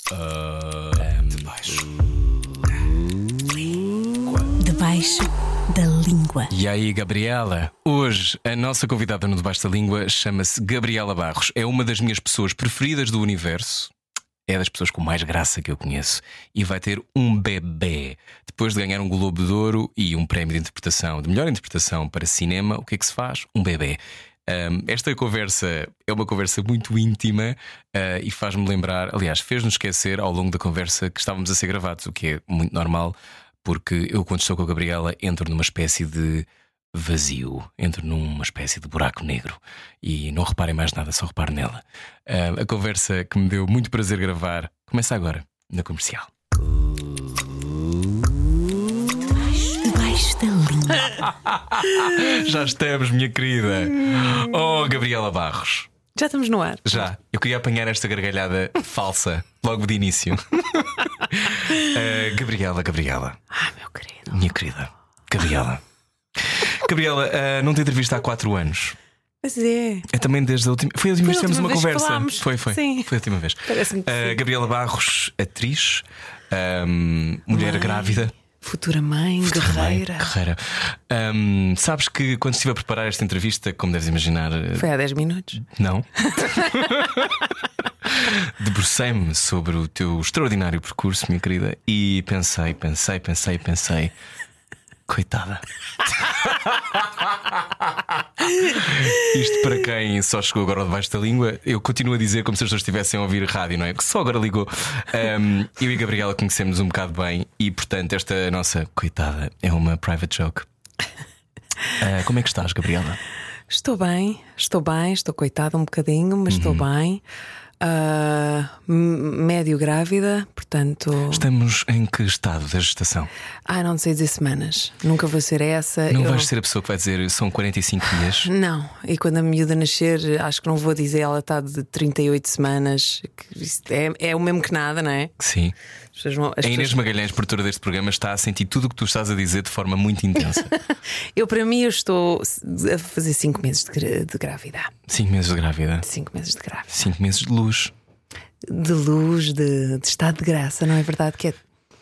Debaixo da língua. E aí, Gabriela? Hoje a nossa convidada no Debaixo da Língua chama-se Gabriela Barros. É uma das minhas pessoas preferidas do universo. É das pessoas com mais graça que eu conheço. E vai ter um bebê. Depois de ganhar um Globo de Ouro e um prémio de interpretação, de melhor interpretação para cinema, o que é que se faz? Um bebê. Esta conversa é uma conversa muito íntima e faz-me lembrar, aliás, fez-nos esquecer ao longo da conversa que estávamos a ser gravados, o que é muito normal, porque eu, quando estou com a Gabriela, entro numa espécie de vazio, entro numa espécie de buraco negro e não reparem mais nada, só reparo nela. A conversa que me deu muito prazer gravar começa agora, na Comercial. Debaixo da língua. Já estamos, minha querida. Oh, Gabriela Barros. Já estamos no ar. Já, eu queria apanhar esta gargalhada falsa logo de início. Gabriela. Ai, meu querido. Minha querida Gabriela. Gabriela, não te entrevista há 4 anos. Pois é. É também desde a última. Foi a última vez que tivemos uma vez que conversa. falámos. Foi. Sim. Foi a última vez. Parece-me que sim. Gabriela Barros, atriz, mulher grávida. Futura mãe, guerreira. Guerreira. Sabes que quando estive a preparar esta entrevista, como deves imaginar. Foi há 10 minutos. Não. Debrucei-me sobre o teu extraordinário percurso, minha querida, e pensei. Coitada. Isto para quem só chegou agora ao Debaixo da Língua, eu continuo a dizer como se as pessoas estivessem a ouvir rádio, não é? Que só agora ligou. Eu e a Gabriela conhecemos um bocado bem e, portanto, esta nossa coitada é uma private joke. Como é que estás, Gabriela? Estou bem, estou coitada um bocadinho, mas estou bem. Médio grávida, portanto. Estamos em que estado da gestação? Não sei dizer semanas. Nunca vou ser essa. Não vais ser a pessoa que vai dizer são 45 dias? Não, e quando a miúda nascer, acho que não vou dizer ela está de 38 semanas. Que isso é o mesmo que nada, não é? Sim. A Inês Magalhães, produtora deste programa, está a sentir tudo o que tu estás a dizer de forma muito intensa. Para mim, eu estou a fazer 5 meses de grávida. 5 meses de grávida. 5 meses de grávida. 5 meses de luz. De luz, de estado de graça, não é verdade? Que é.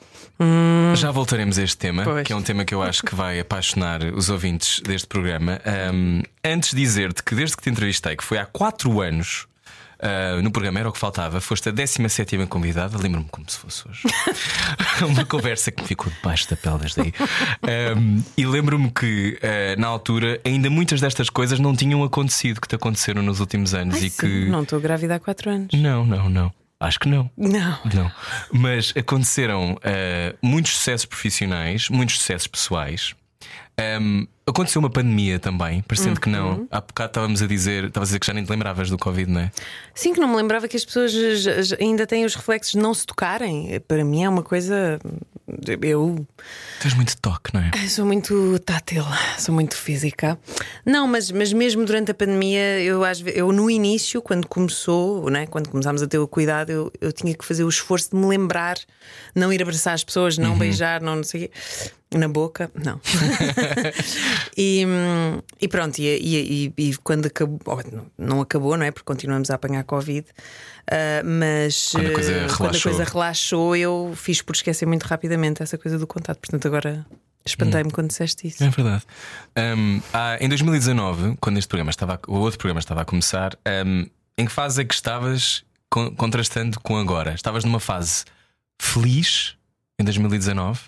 Já voltaremos a este tema, Pois. que é um tema que eu acho que vai apaixonar os ouvintes deste programa. Antes de dizer-te que desde que te entrevistei, que foi há 4 anos, no programa Era o que Faltava, foste a 17ª convidada. Lembro-me como se fosse hoje. Uma conversa que me ficou debaixo da pele desde aí. E lembro-me que na altura ainda muitas destas coisas não tinham acontecido, que te aconteceram nos últimos anos. Ai, e sim, que não estou grávida há 4 anos. Não. Acho que não. Não. Mas aconteceram muitos sucessos profissionais, muitos sucessos pessoais. Aconteceu uma pandemia também, parecendo que não. Há bocado estavas a dizer que já nem te lembravas do Covid, não é? Sim, que não me lembrava que as pessoas ainda têm os reflexos de não se tocarem. Para mim é uma coisa. Tens muito toque, não é? Sou muito tátil, sou muito física. Não, mas mesmo durante a pandemia, eu no início, quando começou, né, quando começámos a ter o cuidado, eu tinha que fazer o esforço de me lembrar, não ir abraçar as pessoas, não beijar, não sei o quê. Na boca, não. E pronto, e quando acabou, não acabou, não é? Porque continuamos a apanhar Covid. Mas quando a coisa relaxou, eu fiz por esquecer muito rapidamente essa coisa do contato. Portanto, agora espantei-me quando disseste isso. É verdade. Em 2019, quando o outro programa estava a começar, em que fase é que estavas contrastando com agora? Estavas numa fase feliz em 2019?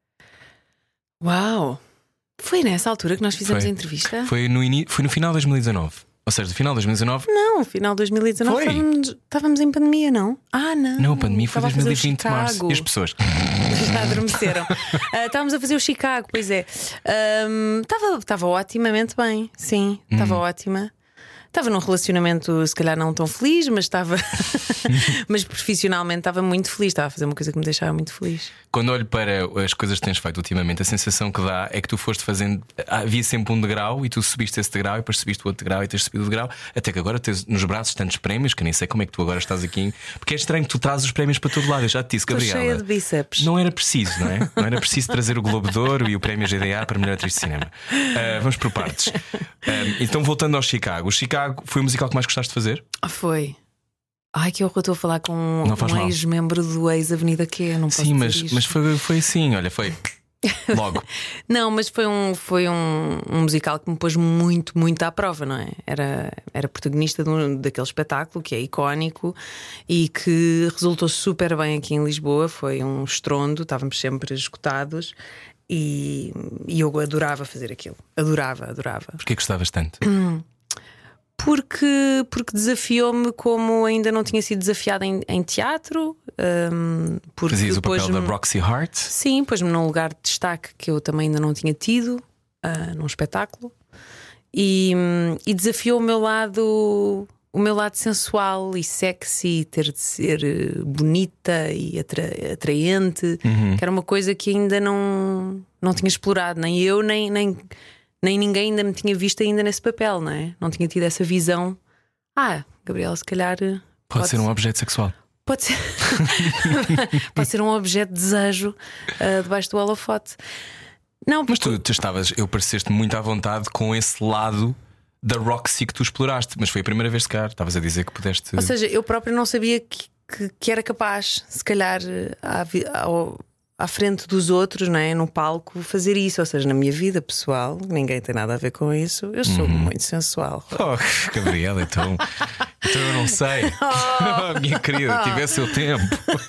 Uau! Foi nessa altura que nós fizemos a entrevista? Foi no final de 2019. Ou seja, no final de 2019. Não, final de 2019 estávamos em pandemia, não? Não. Não, a pandemia foi 2020 de março. E as pessoas já adormeceram. Estávamos a fazer o Chicago, pois é. Estava otimamente bem, sim, estava ótima. Estava num relacionamento, se calhar não tão feliz, mas estava. Mas profissionalmente estava muito feliz. Estava a fazer uma coisa que me deixava muito feliz. Quando olho para as coisas que tens feito ultimamente, a sensação que dá é que tu foste fazendo. Havia sempre um degrau e tu subiste esse degrau e depois subiste o outro degrau e tens subido o degrau. Até que agora tens nos braços tantos prémios que nem sei como é que tu agora estás aqui. Porque é estranho que tu trazes os prémios para todo lado. Eu já te disse, Gabriela. Estou cheia de bíceps. Não era preciso, não é? Não era preciso trazer o Globo de Ouro e o prémio GDA para melhor atriz de cinema. Vamos por partes. Então, voltando ao Chicago. O Chicago foi o musical que mais gostaste de fazer? Foi. Ai, que horror, estou a falar com Não faz um mal. ex-membro do ex-Avenida Q. Não posso Sim, dizer isto. mas foi assim, olha, foi logo. Não, mas foi um musical que me pôs muito, muito à prova, não é? Era protagonista daquele espetáculo que é icónico e que resultou super bem aqui em Lisboa. Foi um estrondo, estávamos sempre esgotados e eu adorava fazer aquilo. Adorava. Porquê gostavas tanto? Porque desafiou-me como ainda não tinha sido desafiada em teatro. Porque Fazias o papel da pôs-me- Roxy Hart? Sim, pôs-me num lugar de destaque que eu também ainda não tinha tido, num espetáculo, e desafiou o meu lado sensual e sexy, ter de ser bonita e atraente, que era uma coisa que ainda não tinha explorado, nem eu, nem ninguém ainda me tinha visto ainda nesse papel, não é? Não tinha tido essa visão. Gabriela, se calhar Pode ser um objeto sexual. Pode ser. Pode ser um objeto de desejo debaixo do holofote. Não, Mas tu eu pareceste muito à vontade com esse lado da Roxy que tu exploraste. Mas foi a primeira vez, se calhar. Estavas a dizer que pudeste. ou seja, eu própria não sabia que era capaz, se calhar, à frente dos outros, não é? No palco, fazer isso. Ou seja, na minha vida pessoal, ninguém tem nada a ver com isso. Eu sou muito sensual. Oh, Gabriela, então eu não sei. Minha querida, tivesse o tempo.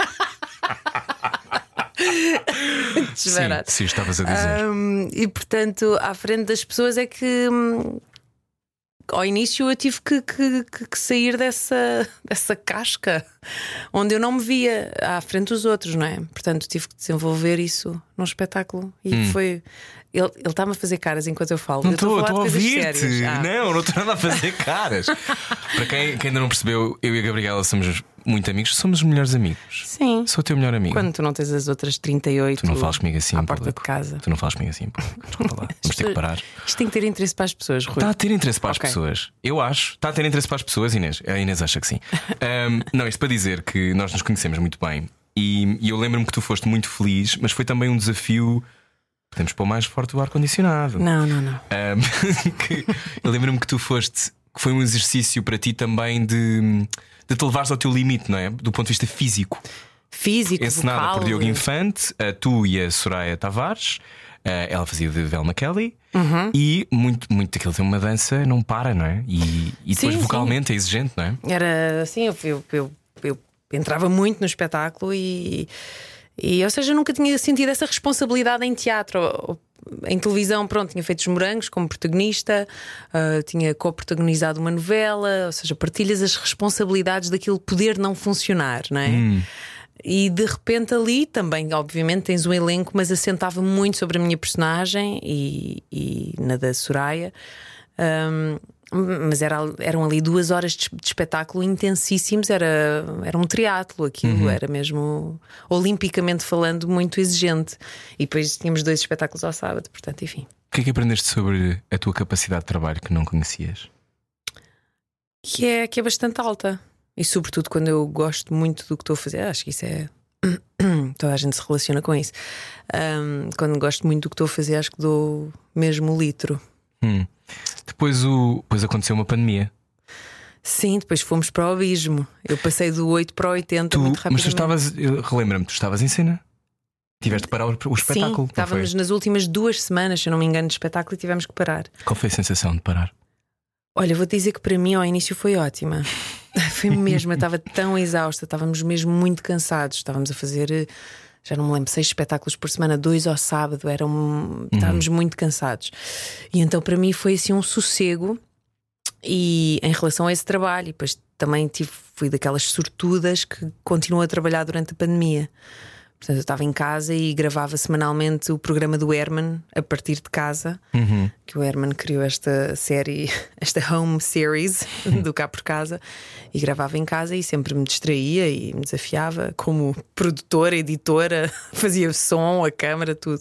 Sim, estavas a dizer. E portanto, à frente das pessoas é que ao início eu tive que sair dessa casca onde eu não me via à frente dos outros, não é? Portanto, tive que desenvolver isso num espetáculo. E foi. Ele está-me a fazer caras enquanto eu falo. Não Eu estou a falar de coisas ouvir-te. sérias. Não estou nada a fazer caras. Para quem ainda não percebeu, eu e a Gabriela somos muito amigos, somos os melhores amigos. Sim. Sou o teu melhor amigo. Quando tu não tens as outras 38 Tu não falas comigo assim à em porta público. de casa. Tu não falas comigo assim em público. Desculpa lá. Vamos ter que parar. Isto tem que ter interesse para as pessoas, Rui. Está a ter interesse para as Ok. pessoas. Eu acho. Está a ter interesse para as pessoas, Inês. A Inês acha que sim. Não, isto para dizer que nós nos conhecemos muito bem. E eu lembro-me que tu foste muito feliz, mas foi também um desafio. Podemos pôr mais forte o ar-condicionado. Não. Eu lembro-me que tu foste. Que foi um exercício para ti também de te levares ao teu limite, não é? Do ponto de vista físico. Físico, Encenada vocal. por Diogo Infante, tu e a Soraya Tavares. Ela fazia de Velma Kelly. E muito daquilo tem uma dança, não para, não é? E depois Sim, vocalmente é exigente, não é? Era assim, eu entrava muito no espetáculo e ou seja, nunca tinha sentido essa responsabilidade em teatro. Em televisão, pronto, tinha feito Os Morangos como protagonista, tinha co-protagonizado uma novela, ou seja, partilhas as responsabilidades daquilo poder não funcionar, não é? E de repente ali também, obviamente, tens um elenco, mas assentava muito sobre a minha personagem e na da Soraya. Mas eram ali 2 horas de espetáculo intensíssimos. Era um triatlo aquilo, era mesmo, olimpicamente falando, muito exigente. E depois tínhamos 2 espetáculos ao sábado, portanto, enfim. O que é que aprendeste sobre a tua capacidade de trabalho que não conhecias? Que é bastante alta. E sobretudo quando eu gosto muito do que estou a fazer. Acho que isso é. Toda a gente se relaciona com isso. Quando gosto muito do que estou a fazer, acho que dou mesmo o litro. Depois aconteceu uma pandemia. Sim, depois fomos para o abismo. Eu passei do 8 para o 80 muito Mas rapidamente. tu estavas, relembra-me, tu estavas em cena. Tiveste de parar o espetáculo. Sim, não estávamos foi? nas últimas 2 semanas, se eu não me engano, de espetáculo e tivemos que parar. Qual foi a sensação de parar? Olha, vou-te dizer que para mim ao início foi ótima. Foi mesmo, eu estava tão exausta, estávamos mesmo muito cansados. Estávamos a fazer, já não me lembro, 6 espetáculos por semana, 2 ao sábado, estávamos muito cansados. E então para mim foi assim um sossego. E em relação a esse trabalho, e depois também fui daquelas sortudas que continuam a trabalhar durante a pandemia. Portanto, eu estava em casa e gravava semanalmente o programa do Herman a partir de casa. Que o Herman criou esta série, esta home series do Cá por Casa, e gravava em casa e sempre me distraía e me desafiava como produtora, editora, fazia som, a câmara, tudo.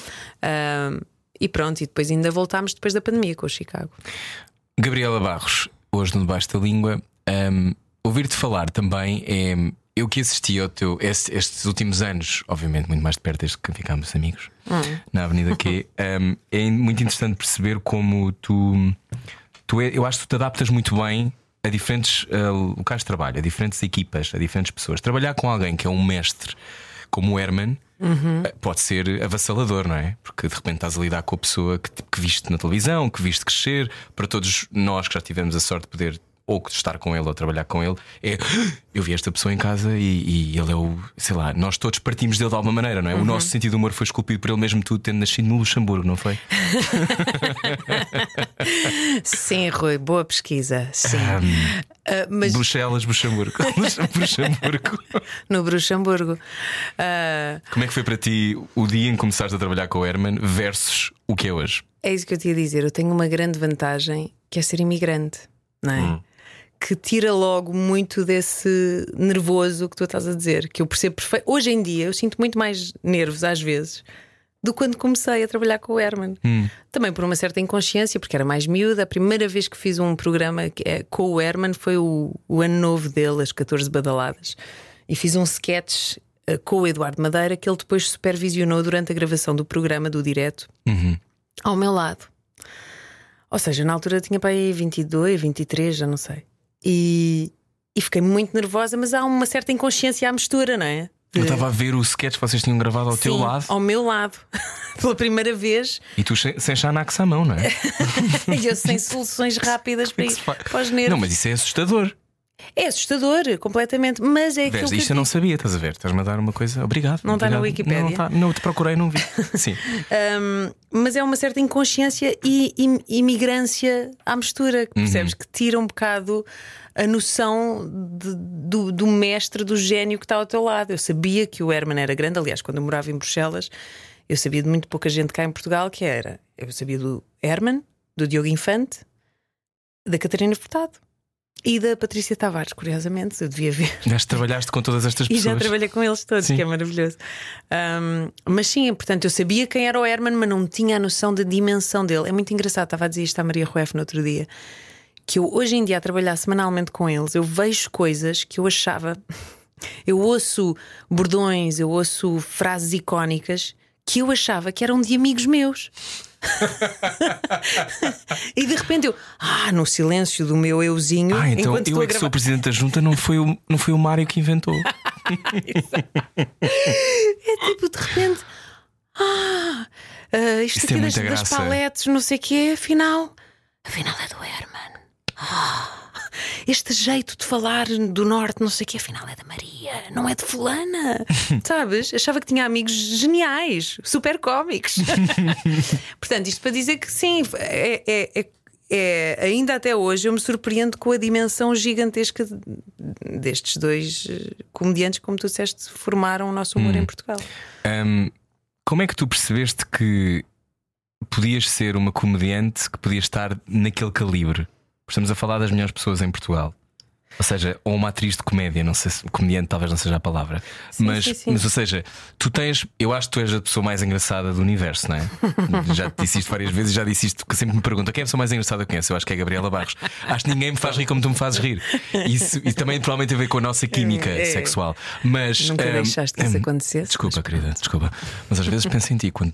E pronto, e depois ainda voltámos depois da pandemia com o Chicago. Gabriela Barros, hoje no Debaixo da Língua. Ouvir-te falar também é. Eu que assisti ao estes últimos anos, obviamente muito mais de perto desde que ficámos amigos na Avenida Q, é muito interessante perceber como eu acho que tu te adaptas muito bem a diferentes locais de trabalho, a diferentes equipas, a diferentes pessoas. Trabalhar com alguém que é um mestre como o Herman pode ser avassalador, não é? Porque de repente estás a lidar com a pessoa que viste na televisão, que viste crescer. Para todos nós que já tivemos a sorte de poder ou estar com ele ou trabalhar com ele, eu vi esta pessoa em casa e ele é o, sei lá, nós todos partimos dele de alguma maneira, não é? O nosso sentido de humor foi esculpido por ele, mesmo tu tendo nascido no Luxemburgo, não foi? Sim, Rui, boa pesquisa. Sim. Mas... Bruxelas, Luxemburgo. Luxemburgo. No Luxemburgo. Como é que foi para ti o dia em que começaste a trabalhar com o Herman versus o que é hoje? É isso que eu te ia dizer. Eu tenho uma grande vantagem, que é ser imigrante, não é? Que tira logo muito desse nervoso que tu estás a dizer, que eu percebo perfeito. Hoje em dia eu sinto muito mais nervos às vezes do que quando comecei a trabalhar com o Herman. Também por uma certa inconsciência, porque era mais miúda. A primeira vez que fiz um programa com o Herman foi o ano novo dele, as 14 badaladas. E fiz um sketch com o Eduardo Madeira, que ele depois supervisionou durante a gravação do programa, do direto, ao meu lado. Ou seja, na altura eu tinha para aí 22, 23, já não sei. E fiquei muito nervosa, mas há uma certa inconsciência à mistura, não é? Eu estava a ver o sketch que vocês tinham gravado ao teu lado. Ao meu lado, pela primeira vez. E tu sem Xanax à mão, não é? E eu sem soluções rápidas para os nervos. Não, mas isso é assustador. É assustador, completamente. Mas é aquilo que isto eu não sabia, estás a ver? Estás-me a dar uma coisa. Obrigado. Não está na Wikipédia. Não, não te procurei, não vi. Sim. Mas é uma certa inconsciência e imigrância à mistura, que percebes que tira um bocado a noção do mestre, do gênio que está ao teu lado. Eu sabia que o Herman era grande. Aliás, quando eu morava em Bruxelas, eu sabia de muito pouca gente cá em Portugal que era. Eu sabia do Herman, do Diogo Infante, da Catarina Furtado e da Patrícia Tavares, curiosamente. Eu devia ver. Já trabalhaste com todas estas pessoas. E já trabalhei com eles todos, sim. Que é maravilhoso. Mas sim, portanto, eu sabia quem era o Herman, mas não tinha a noção da dimensão dele. É muito engraçado, estava a dizer isto à Maria Rueff no outro dia, que eu hoje em dia a trabalhar semanalmente com eles, eu vejo coisas que eu achava. Eu ouço bordões, eu ouço frases icónicas que eu achava que eram de amigos meus. E de repente eu, no silêncio do meu euzinho, então eu é que sou presidente da junta, não foi o Mário que inventou. É tipo, de repente, isto aqui das paletes, não sei o quê, afinal é do Herman. Este jeito de falar do norte, não sei o que, afinal é da Maria, não é de fulana. Sabes? Achava que tinha amigos geniais, super cómicos. Portanto, isto para dizer que sim, ainda até hoje eu me surpreendo com a dimensão gigantesca destes dois comediantes, como tu disseste, formaram o nosso humor em Portugal. Como é que tu percebeste que podias ser uma comediante que podia estar naquele calibre? Estamos a falar das melhores pessoas em Portugal. Ou seja, ou uma atriz de comédia, não sei se comediante talvez não seja a palavra. Sim, mas sim. Ou seja, eu acho que tu és a pessoa mais engraçada do universo, não é? Já te disse isto várias vezes e já disse isto, que sempre me perguntam quem é a pessoa mais engraçada que eu conheço. Eu acho que é a Gabriela Barros. Acho que ninguém me faz rir como tu me fazes rir. Isso também provavelmente tem a ver com a nossa química sexual. Mas nunca deixaste que isso acontecesse. Desculpa, querida, desculpa. Mas às vezes penso em ti quando.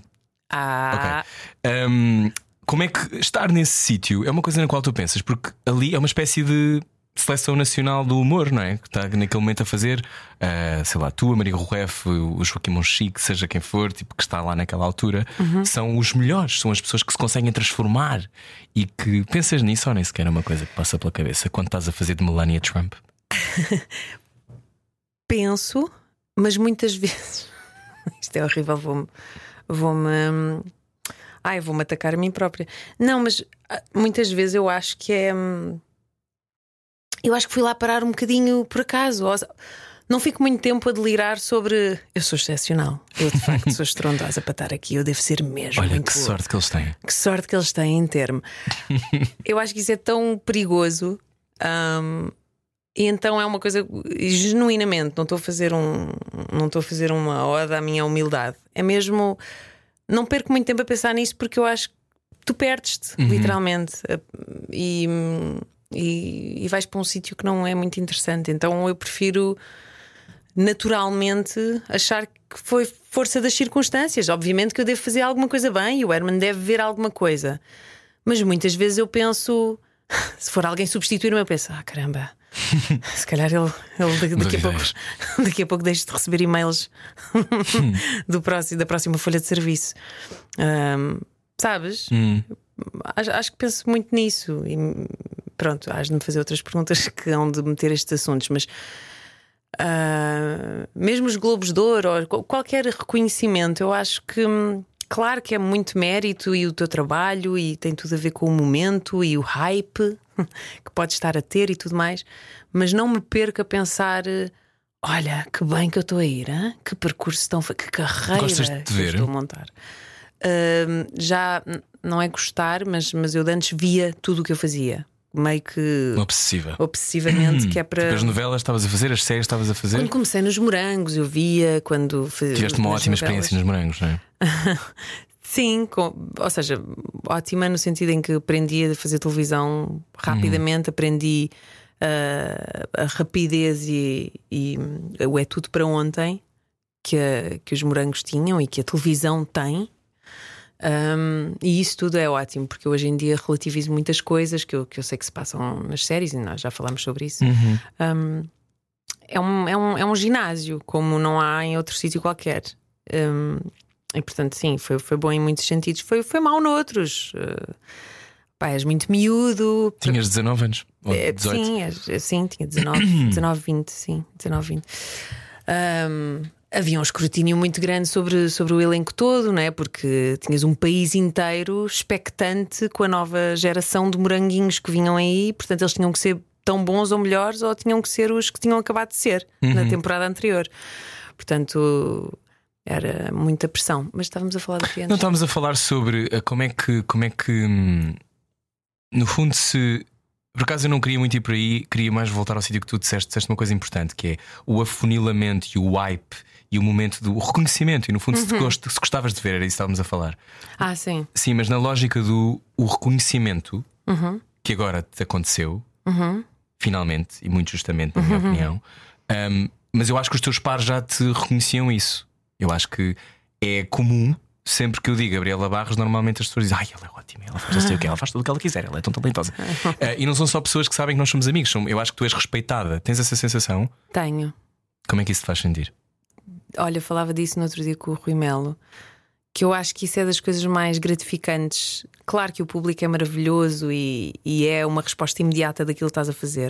Ok. Como é que estar nesse sítio é uma coisa na qual tu pensas? Porque ali é uma espécie de seleção nacional do humor, não é? Que está naquele momento a fazer, sei lá, tu, a Maria Rueff, o Joaquim Monchique, seja quem for, tipo, que está lá naquela altura, são os melhores, são as pessoas que se conseguem transformar. E que pensas nisso ou nem sequer é uma coisa que passa pela cabeça quando estás a fazer de Melania Trump? Penso, mas muitas vezes isto é horrível, vou-me atacar a mim própria. Não, mas muitas vezes eu acho que é. Eu acho que fui lá parar um bocadinho por acaso. Não fico muito tempo a delirar sobre eu sou excepcional, eu de facto sou estrondosa para estar aqui, eu devo ser mesmo. Olha, muito que boa. sorte que eles têm. Que sorte que eles têm em termo. Eu acho que isso é tão perigoso. E então é uma coisa genuinamente, não estou a fazer uma oda à minha humildade. É mesmo. Não perco muito tempo a pensar nisso, porque eu acho que tu perdes-te, literalmente, e vais para um sítio que não é muito interessante. Então eu prefiro naturalmente achar que foi força das circunstâncias. Obviamente que eu devo fazer alguma coisa bem e o Herman deve ver alguma coisa, mas muitas vezes eu penso, se for alguém substituir-me, eu penso: caramba, se calhar ele daqui a pouco deixa de receber e-mails da próxima folha de serviço. Sabes? Acho que penso muito nisso. E pronto, has de me fazer outras perguntas que hão de meter estes assuntos, mas mesmo os Globos de Ouro ou qualquer reconhecimento, eu acho que claro que é muito mérito e o teu trabalho, e tem tudo a ver com o momento e o hype que podes estar a ter e tudo mais, mas não me perca a pensar: olha, que bem que eu estou a ir, hein? Que percurso tão. Que carreira que eu estou a montar. Já não é gostar, mas eu de antes via tudo o que eu fazia. Meio que obsessivamente, que é para. Tipo, as novelas estavas a fazer, as séries estavas a fazer. Quando comecei nos Morangos, eu via quando tiveste uma ótima experiência nos Morangos, não é? Sim, ou seja, ótima no sentido em que aprendi a fazer televisão rapidamente, aprendi a rapidez e o é tudo para ontem que os Morangos tinham e que a televisão tem. E isso tudo é ótimo, porque hoje em dia relativizo muitas coisas que eu sei que se passam nas séries, e nós já falamos sobre isso. É um ginásio, como não há em outro sítio qualquer. E portanto, sim, foi bom em muitos sentidos, foi mau noutros. Pá, és muito miúdo. Tinhas 19 anos? Ou 18? Sim, tinha 19, 20. Sim, 19, 20. Havia um escrutínio muito grande sobre o elenco todo, não é? Porque tinhas um país inteiro expectante com a nova geração de moranguinhos que vinham aí. Portanto, eles tinham que ser tão bons ou melhores, ou tinham que ser os que tinham acabado de ser na temporada anterior. Portanto, era muita pressão. Mas estávamos a falar de que antes? Não, estávamos a falar sobre como é que no fundo, se por acaso eu não queria muito ir por aí, queria mais voltar ao sítio que tu disseste uma coisa importante, que é o afunilamento e o hype e o momento do reconhecimento. E no fundo, se gostavas de ver, era isso que estávamos a falar. Sim. Sim, mas na lógica do reconhecimento que agora te aconteceu, finalmente, e muito justamente, na minha opinião. Mas eu acho que os teus pares já te reconheciam isso. Eu acho que é comum. Sempre que eu digo Gabriela Barros, normalmente as pessoas dizem: ela é ótima, ela faz não sei o que, ela faz tudo o que ela quiser, ela é tão talentosa. E não são só pessoas que sabem que nós somos amigos, eu acho que tu és respeitada. Tens essa sensação? Tenho. Como é que isso te faz sentir? Olha, falava disso no outro dia com o Rui Melo, que eu acho que isso é das coisas mais gratificantes. Claro que o público é maravilhoso e é uma resposta imediata daquilo que estás a fazer,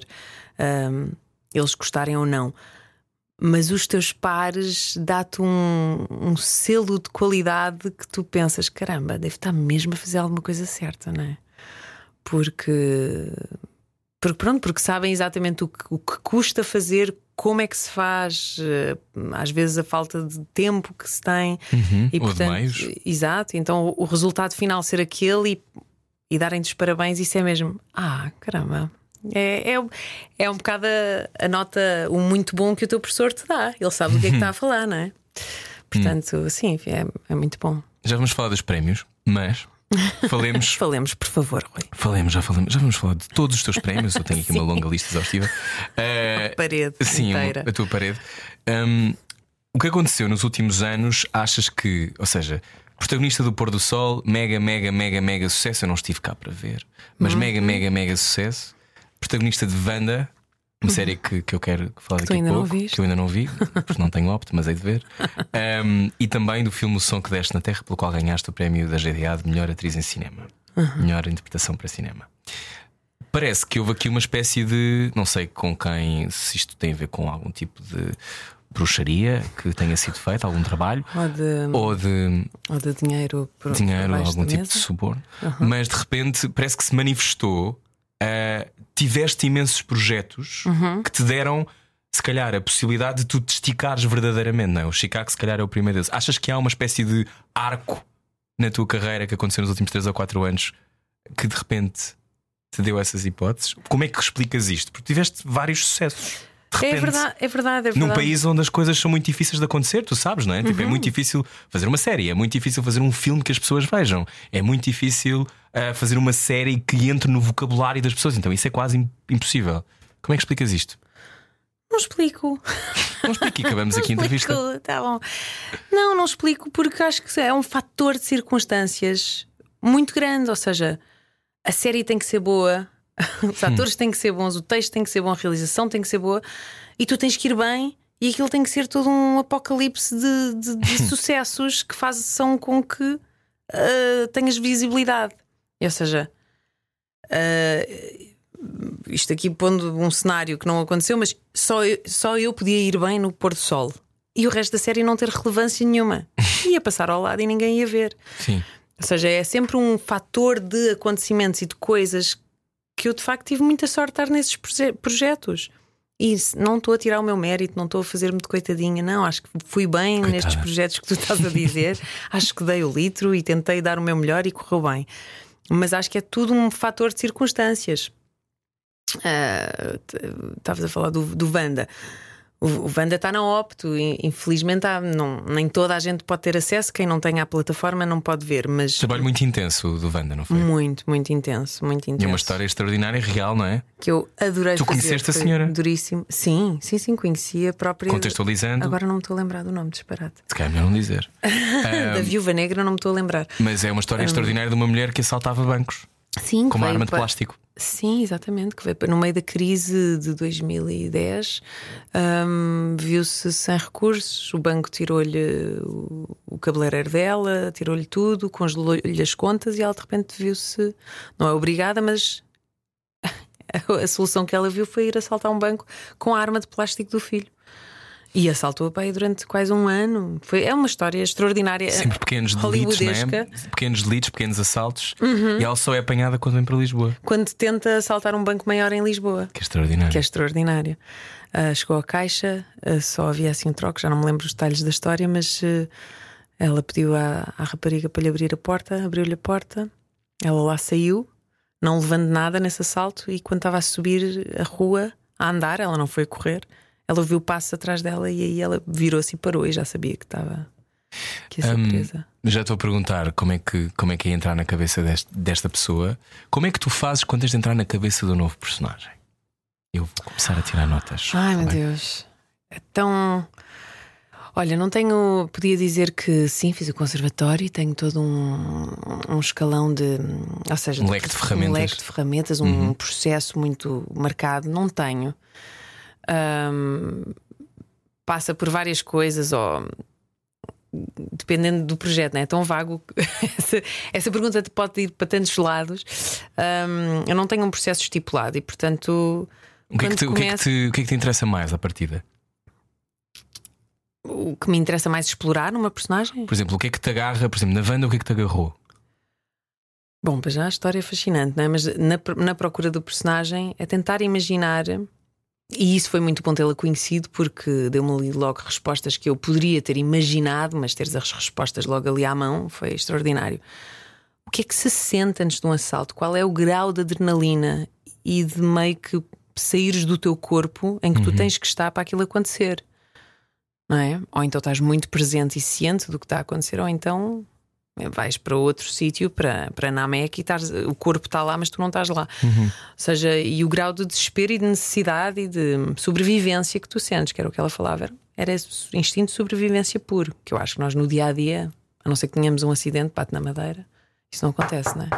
eles gostarem ou não. Mas os teus pares dá-te um selo de qualidade que tu pensas: caramba, deve estar mesmo a fazer alguma coisa certa, não é? Porque sabem exatamente o que custa fazer, como é que se faz, às vezes a falta de tempo que se tem, e ou de meios. Exato, então o resultado final ser aquele e darem-te os parabéns, isso é mesmo: caramba. É um bocado a nota, o muito bom que o teu professor te dá. Ele sabe o que é que está a falar, não é? Portanto, sim, é muito bom. Já vamos falar dos prémios, mas falemos. Falemos, por favor, Rui. Já vamos falar de todos os teus prémios. Eu tenho aqui uma longa lista exaustiva. A parede inteira. A tua parede. O que aconteceu nos últimos anos? Achas que, ou seja, protagonista do Pôr do Sol, mega sucesso. Eu não estive cá para ver, mas mega sucesso. Protagonista de Wanda, uma série que eu quero falar daqui a pouco, que eu ainda não vi, porque não tenho opto, mas hei de ver. E também do filme O Som que Deste na Terra, pelo qual ganhaste o prémio da GDA de melhor atriz em cinema, melhor interpretação para cinema. Parece que houve aqui uma espécie de, não sei com quem, se isto tem a ver com algum tipo de bruxaria que tenha sido feito, algum trabalho, ou de dinheiro, algum tipo de suborno. Mas de repente parece que se manifestou. Tiveste imensos projetos que te deram, se calhar, a possibilidade de tu te esticares verdadeiramente, não é? O Chicago, se calhar, é o primeiro deles. Achas que há uma espécie de arco na tua carreira que aconteceu nos últimos 3 ou 4 anos que de repente te deu essas hipóteses? Como é que explicas isto? Porque tiveste vários sucessos. É verdade. Num país onde as coisas são muito difíceis de acontecer, tu sabes, não é? Tipo, é muito difícil fazer uma série, é muito difícil fazer um filme que as pessoas vejam, é muito difícil fazer uma série que entre no vocabulário das pessoas. Então isso é quase impossível. Como é que explicas isto? Não explico. Não explico e acabamos aqui a entrevista. Tá bom. Não explico, porque acho que é um fator de circunstâncias muito grande. Ou seja, a série tem que ser boa, Os atores têm que ser bons, o texto tem que ser bom, a realização tem que ser boa, e tu tens que ir bem, e aquilo tem que ser todo um apocalipse de sucessos que façam com que tenhas visibilidade. Ou seja, isto aqui pondo um cenário que não aconteceu, mas só eu podia ir bem no pôr do sol e o resto da série não ter relevância nenhuma. Ia passar ao lado e ninguém ia ver. Sim. Ou seja, é sempre um fator de acontecimentos e de coisas que eu de facto tive muita sorte de estar nesses projetos. E não estou a tirar o meu mérito, não estou a fazer-me de coitadinha, não. Acho que fui bem Coitada. nestes projetos que tu estás a dizer. Acho que dei o litro e tentei dar o meu melhor e correu bem. Mas acho que é tudo um fator de circunstâncias. Estavas a falar do Wanda. O Wanda está na Opto, infelizmente nem toda a gente pode ter acesso. Quem não tem a plataforma não pode ver. Mas trabalho muito intenso do Wanda, não foi? muito, muito intenso, muito intenso. E uma história extraordinária, real, não é? Que eu adorei. Tu conheceste a senhora? Duríssimo. Sim, conheci a própria. Contextualizando. Agora não me estou a lembrar do nome, disparate. Se calhar é melhor não dizer. Da Viúva Negra não me estou a lembrar. Mas é uma história extraordinária de uma mulher que assaltava bancos. Sim, com uma arma de plástico. Sim, exatamente. Que veio no meio da crise de 2010, viu-se sem recursos. O banco tirou-lhe o cabeleireiro dela, tirou-lhe tudo, congelou-lhe as contas e ela de repente viu-se, não é obrigada, mas a solução que ela viu foi ir assaltar um banco com a arma de plástico do filho. E assaltou o pai durante quase um ano. É uma história extraordinária. Sempre pequenos delitos, não é? Pequenos delitos, pequenos assaltos. E ela só é apanhada quando vem para Lisboa. Quando tenta assaltar um banco maior em Lisboa. Que é extraordinário. Chegou à caixa, só havia assim um troco, já não me lembro os detalhes da história, mas ela pediu à rapariga para lhe abrir a porta, abriu-lhe a porta, ela lá saiu, não levando nada nesse assalto, e quando estava a subir a rua, a andar, ela não foi correr. Ela ouviu passos atrás dela e aí ela virou-se e parou e já sabia que estava. Que ia ser presa. Já estou a perguntar como é que é entrar na cabeça desta pessoa. Como é que tu fazes quando tens de entrar na cabeça do novo personagem? Eu vou começar a tirar notas. Ai, meu Deus. É tão. Olha, não tenho. Podia dizer que sim, fiz o conservatório e tenho todo um escalão de. Ou seja, um leque de ferramentas. Um leque de ferramentas, um processo muito marcado. Não tenho. Passa por várias coisas, ou dependendo do projeto, não é? É tão vago. Essa pergunta pode ir para tantos lados. Eu não tenho um processo estipulado e, portanto, o que é que te interessa mais à partida? O que me interessa mais explorar numa personagem? Por exemplo, o que é que te agarra? Por exemplo, na Wanda, o que é que te agarrou? Bom, pois já a história é fascinante, não é? Mas na procura do personagem é tentar imaginar. E isso foi muito bom tê-la conhecido, porque deu-me ali logo respostas que eu poderia ter imaginado, mas teres as respostas logo ali à mão foi extraordinário. O que é que se sente antes de um assalto? Qual é o grau de adrenalina e de meio que saíres do teu corpo em que tu tens que estar para aquilo acontecer? Não é? Ou então estás muito presente e ciente do que está a acontecer, ou então vais para outro sítio, para Namek, e o corpo está lá, mas tu não estás lá. Ou seja, e o grau de desespero e de necessidade e de sobrevivência que tu sentes, que era o que ela falava, era esse instinto de sobrevivência puro, que eu acho que nós no dia a dia, a não ser que tenhamos um acidente, bate na madeira, isso não acontece, não é?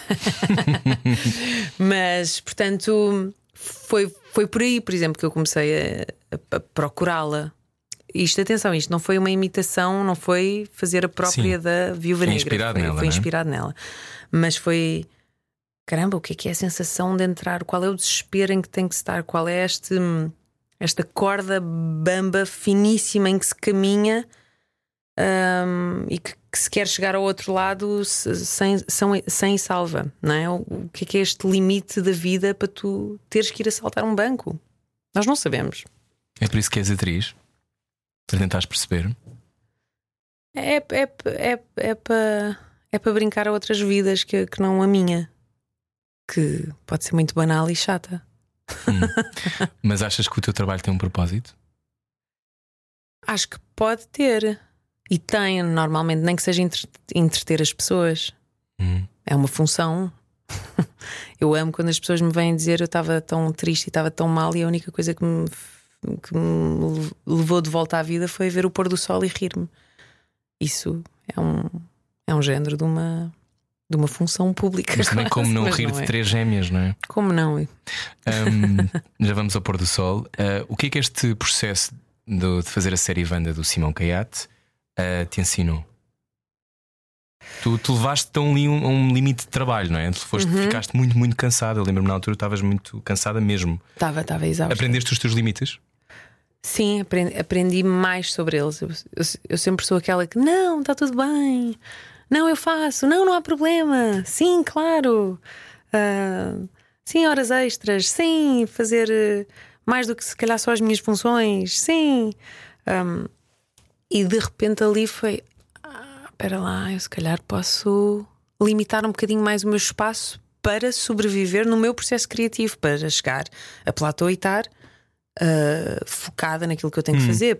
Mas, portanto, foi por aí, por exemplo, que eu comecei a procurá-la. Atenção, isto não foi uma imitação, não foi fazer a própria da Viúva Negra. Foi inspirado nela. Mas foi, caramba, o que é a sensação de entrar? Qual é o desespero em que tem que estar? Qual é esta corda bamba finíssima em que se caminha e que se quer chegar ao outro lado sem salva, não é? O que é este limite da vida para tu teres que ir assaltar um banco? Nós não sabemos. É por isso que és atriz? Para tentares perceber? É para brincar a outras vidas que não a minha, que pode ser muito banal e chata. Mas achas que o teu trabalho tem um propósito? Acho que pode ter. E tem, normalmente, nem que seja entreter as pessoas. É uma função. Eu amo quando as pessoas me vêm dizer eu estava tão triste e estava tão mal, e a única coisa que me levou de volta à vida foi ver o pôr do sol e rir-me. Isso é um género de de uma função pública. Mas também como não rir de 3 gêmeas, não é? Como não? Já vamos ao pôr do sol. O que é que este processo de fazer a série Wanda do Simão Caiate te ensinou? Tu levaste-te a um limite de trabalho, não é? Ficaste muito, muito cansada. Eu lembro-me na altura, estavas muito cansada mesmo. Estava exausta. Aprendeste os teus limites? Sim, aprendi mais sobre eles. Eu sempre sou aquela que não, está tudo bem. Não, eu faço. Não há problema. Sim, claro. Sim, horas extras. Sim, fazer mais do que se calhar só as minhas funções. Sim. E de repente ali foi: espera lá, eu se calhar posso limitar um bocadinho mais o meu espaço para sobreviver no meu processo criativo, para chegar a platô e estar focada naquilo que eu tenho que fazer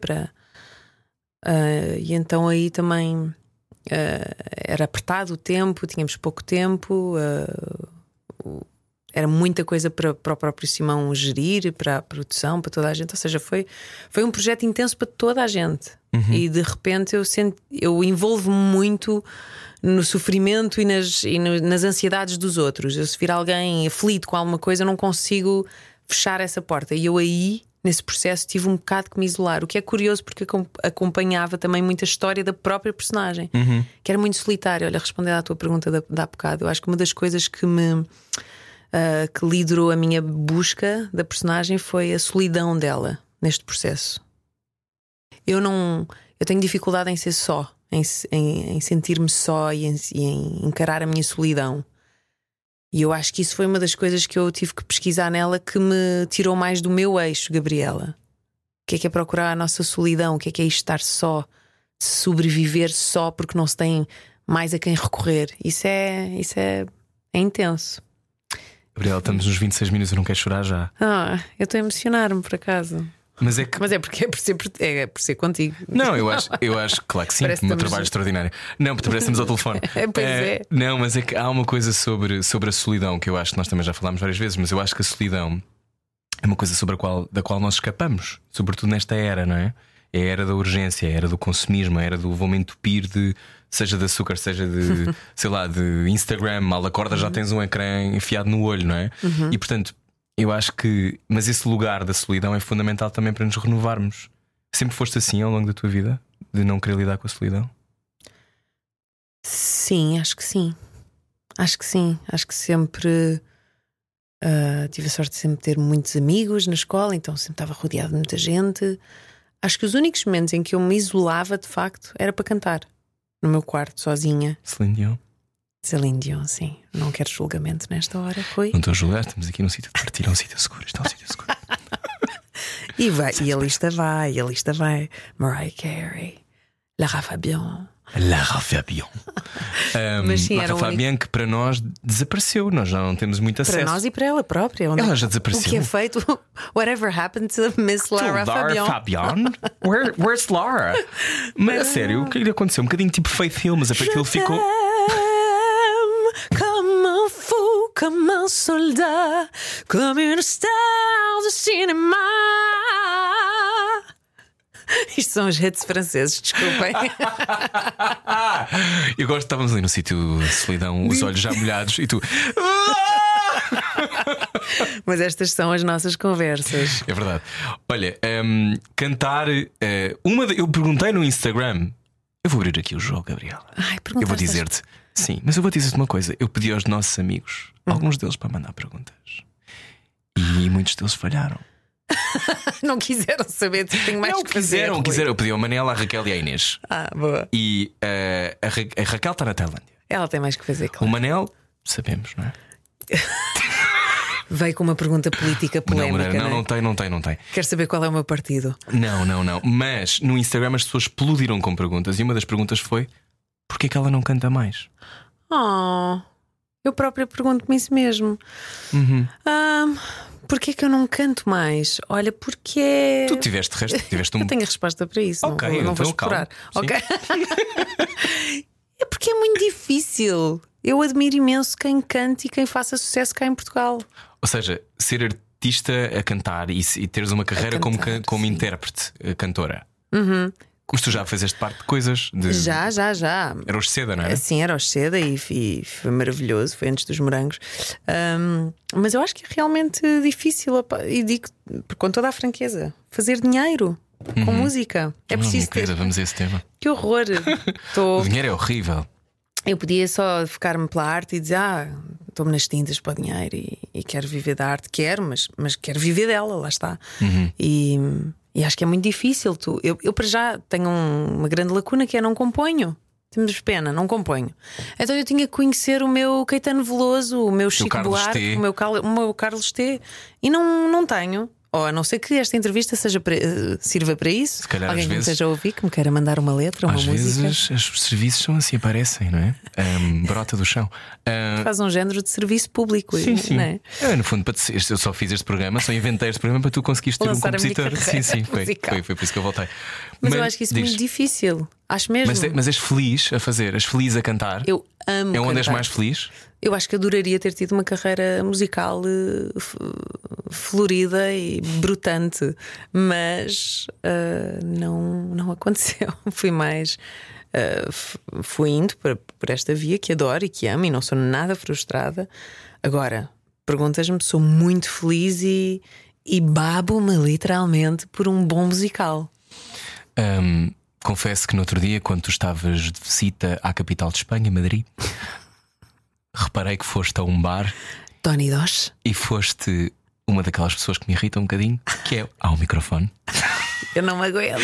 e então aí também era apertado o tempo, tínhamos pouco tempo, era muita coisa para o próprio Simão gerir, para a produção, para toda a gente. Ou seja, foi um projeto intenso para toda a gente. E de repente eu envolvo-me muito no sofrimento e nas ansiedades dos outros. Eu, se vir alguém aflito com alguma coisa, eu não consigo fechar essa porta. E eu aí, nesse processo, tive um bocado que me isolar. O que é curioso, porque acompanhava também muita história da própria personagem, que era muito solitária. Olha, respondendo à tua pergunta da há bocado, eu acho que uma das coisas que liderou a minha busca da personagem foi a solidão dela neste processo. Eu tenho dificuldade em ser só, em sentir-me só e em encarar a minha solidão. E eu acho que isso foi uma das coisas que eu tive que pesquisar nela, que me tirou mais do meu eixo, Gabriela. O que é procurar a nossa solidão? O que é estar só, sobreviver só porque não se tem mais a quem recorrer? Isso é intenso. Gabriela, estamos nos 26 minutos, eu não quero chorar já. Eu estou a emocionar-me por acaso. Mas é porque é por ser contigo. Não, eu acho, claro que sim, o meu trabalho extraordinário. Não, porque parece que estamos ao telefone. Pois é. Não, mas é que há uma coisa sobre a solidão que eu acho que nós também já falámos várias vezes, mas eu acho que a solidão é uma coisa da qual nós escapamos, sobretudo nesta era, não é? É a era da urgência, é a era do consumismo, é a era do vou-me entupir seja de açúcar, seja de, sei lá, de Instagram. Mal acorda, já tens um ecrã enfiado no olho, não é? E portanto, eu acho que. Mas esse lugar da solidão é fundamental também para nos renovarmos. Sempre foste assim ao longo da tua vida? De não querer lidar com a solidão? Sim, acho que sim. Acho que sim. Acho que sempre tive a sorte de sempre ter muitos amigos na escola, então sempre estava rodeado de muita gente. Acho que os únicos momentos em que eu me isolava, de facto, era para cantar no meu quarto, sozinha. Celine Dion, sim. Não quero julgamento nesta hora, foi? Não estou a julgar, estamos aqui num sítio de partilha, um sítio seguro. Está um sítio seguro. E a lista vai. Mariah Carey, Lara Fabian. Mas sim, Lara Fabian, que para nós desapareceu, nós já não temos muito acesso. Para nós e para ela própria. Ela já desapareceu. O que é feito? Whatever happened to Miss Lara Fabian? Where's Lara? Mas a sério, o que lhe aconteceu? Um bocadinho tipo Faith Hill, mas a Faith Hill ficou. Comme un fou, comme un soldat, comme une star de cinema. Isto são os hits franceses, desculpem. Eu gosto, estávamos ali no sítio de solidão, os olhos já molhados e tu. Mas estas são as nossas conversas. É verdade. Olha, cantar. Eu perguntei no Instagram. Eu vou abrir aqui o jogo, Gabriela. Eu vou dizer-te. Sim, mas eu vou dizer-te uma coisa. Eu pedi aos nossos amigos, alguns deles, para mandar perguntas. E muitos deles falharam. Não quiseram saber, tenho mais que fazer. Quiseram. Eu pedi ao Manela, à Raquel e à Inês. Boa. E a Raquel está na Tailândia. Ela tem mais que fazer, claro. O Manel, sabemos, não é? Veio com uma pergunta política polémica. Não tem. Quero saber qual é o meu partido. Não. Mas no Instagram as pessoas explodiram com perguntas. E uma das perguntas foi: porquê que ela não canta mais? Eu própria pergunto-me isso mesmo. Porquê que eu não canto mais? Olha, porque tu tiveste Eu tenho a resposta para isso. Okay, não vou explorar. Ok. É porque é muito difícil. Eu admiro imenso quem canta e quem faça sucesso cá em Portugal. Ou seja, ser artista a cantar e teres uma carreira como intérprete, cantora. Mas tu já fizeste parte de coisas de... Já. Era os Seda, não é? Sim, era aos Seda e foi maravilhoso. Foi antes dos morangos. Mas eu acho que é realmente difícil, e digo com toda a franqueza, fazer dinheiro com música. É preciso ter. Vamos a esse tema. Que horror! O dinheiro é horrível. Eu podia só ficar-me pela arte e dizer: estou-me nas tintas para o dinheiro e quero viver da arte. Quero, mas quero viver dela, lá está. E acho que é muito difícil. Eu para já tenho uma grande lacuna, que é não componho. Temos pena, não componho. Então eu tinha que conhecer o meu Caetano Veloso, o meu Chico Buarque, o meu Carlos T. E não tenho. Ou a não ser que esta entrevista sirva para isso. Se calhar, alguém às que vezes, me esteja a ouvir, que me queira mandar uma letra, uma música. Às vezes os serviços são assim, aparecem, não é? Brota do chão. Faz um género de serviço público. Sim. Não é? No fundo, eu só fiz este programa, só inventei este programa para tu conseguires ter Lançar um compositor. Sim, musical. foi por isso que eu voltei. Mas eu acho que isso é muito difícil. Acho mesmo. Mas és feliz a fazer, és feliz a cantar. Eu amo. É onde cantar. és mais feliz? Eu acho que adoraria ter tido uma carreira musical florida e brutante, mas não aconteceu. Fui mais. Fui indo por esta via que adoro e que amo, e não sou nada frustrada. Agora, perguntas-me, sou muito feliz e babo-me literalmente por um bom musical. Confesso que no outro dia, quando tu estavas de visita à capital de Espanha, Madrid, reparei que foste a um bar, Tony Dos, e foste uma daquelas pessoas que me irritam um bocadinho, que é ao microfone. Eu não me aguento.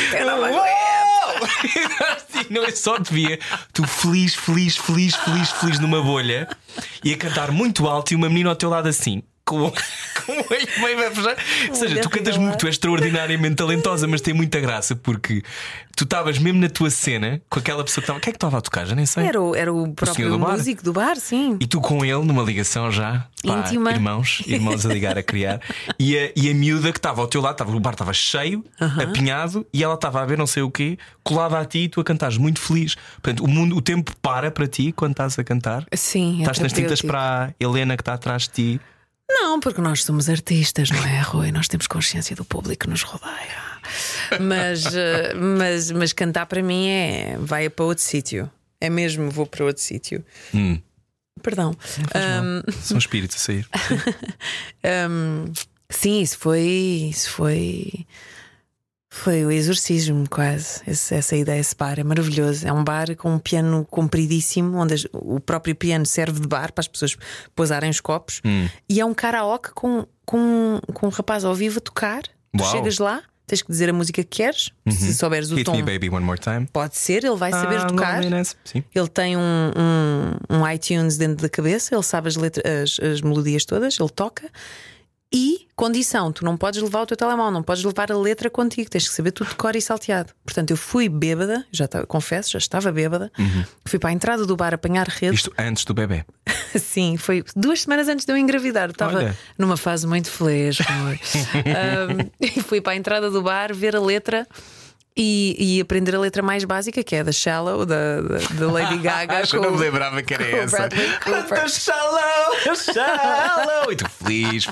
Não, eu só te via tu feliz numa bolha e a cantar muito alto, e uma menina ao teu lado assim, com o olho meio a fechar. Ou seja, tu cantas muito, tu és extraordinariamente talentosa, mas tem muita graça porque tu estavas mesmo na tua cena com aquela pessoa que estava. Quem é que estava a tocar? Já nem sei. Era o próprio músico do bar, sim. E tu com ele numa ligação já, íntima. Irmãos a ligar, a criar. E a miúda que estava ao teu lado, o bar estava cheio, apinhado, e ela estava a ver não sei o quê, colada a ti, e tu a cantares muito feliz. Portanto, o tempo para ti quando estás a cantar. Sim, estás nas tintas para a Helena que está atrás de ti. Não, porque nós somos artistas, não é, Rui? Nós temos consciência do público que nos rodeia. Mas cantar para mim vai para outro sítio. É mesmo, vou para outro sítio. Perdão. São espíritos a sair. Sim, isso foi o exorcismo, quase. Essa ideia, esse bar é maravilhoso. É um bar com um piano compridíssimo, onde o próprio piano serve de bar para as pessoas pousarem os copos. E é um karaoke com um rapaz ao vivo a tocar. Tu chegas lá, tens que dizer a música que queres. Se souberes o Hit tom, me baby one more time. pode ser, ele vai saber tocar. Sim. Ele tem um iTunes dentro da cabeça, ele sabe as melodias todas, ele toca. E condição, tu não podes levar o teu telemóvel, não podes levar a letra contigo, tens que saber tudo de cor e salteado. Portanto, eu fui bêbada, confesso, já estava bêbada. Fui para a entrada do bar apanhar rede. Isto antes do bebê? Sim, foi 2 semanas antes de eu engravidar. Estava numa fase muito feliz. E fui para a entrada do bar ver a letra. E aprender a letra mais básica, que é da Shallow, da Lady Gaga. Eu não me lembrava que era essa. Bradley Cooper. Da Shallow. E tu feliz.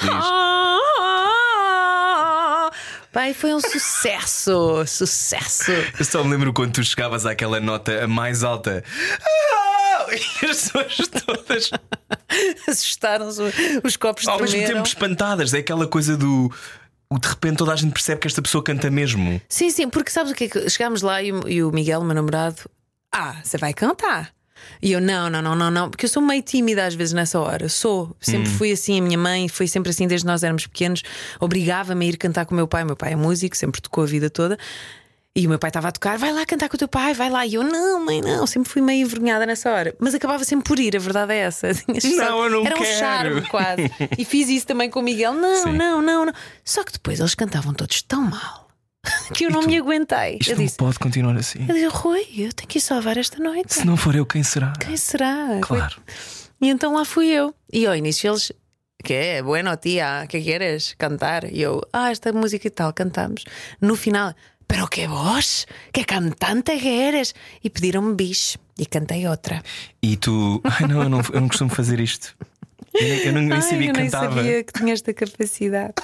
Pai, foi um sucesso. Eu só me lembro quando tu chegavas àquela nota mais alta. E as pessoas todas assustaram-se, os copos ao mesmo tremeram. tempo espantadas. É aquela coisa do... De repente toda a gente percebe que esta pessoa canta mesmo. Sim, porque sabes o que é que chegámos lá e o Miguel, meu namorado, você vai cantar. E eu, não, porque eu sou meio tímida às vezes nessa hora. Sempre fui assim, a minha mãe foi sempre assim desde nós éramos pequenos. Obrigava-me a ir cantar com o meu pai. O meu pai é músico, sempre tocou a vida toda. E o meu pai estava a tocar, vai lá cantar com o teu pai, vai lá. E eu, não, mãe, não. Sempre fui meio envergonhada nessa hora. Mas acabava sempre por ir, a verdade é essa. Não, eu não Era quero. um charme quase. E fiz isso também com o Miguel. Não. Só que depois eles cantavam todos tão mal que eu não me aguentei. Isto Eu não disse, pode continuar assim. eu disse, Rui, eu tenho que ir salvar esta noite. Se não for eu, quem será? Quem será? Claro. E então lá fui eu. E ao início eles, que bueno, tia, que queres cantar? E eu, esta música e tal, cantamos. No final, pero que voz, que cantante que eres. E pediram-me bis e cantei outra. E tu, eu não costumo fazer isto. Eu nem sabia que cantava. Eu nem sabia que tinha esta capacidade.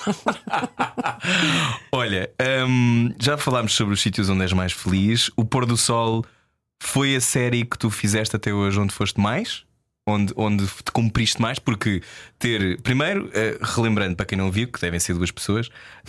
Olha, já falámos sobre os sítios onde és mais feliz. O Pôr do Sol foi a série que tu fizeste até hoje onde foste mais? Onde te cumpriste mais? Porque primeiro, relembrando para quem não viu, que devem ser duas pessoas,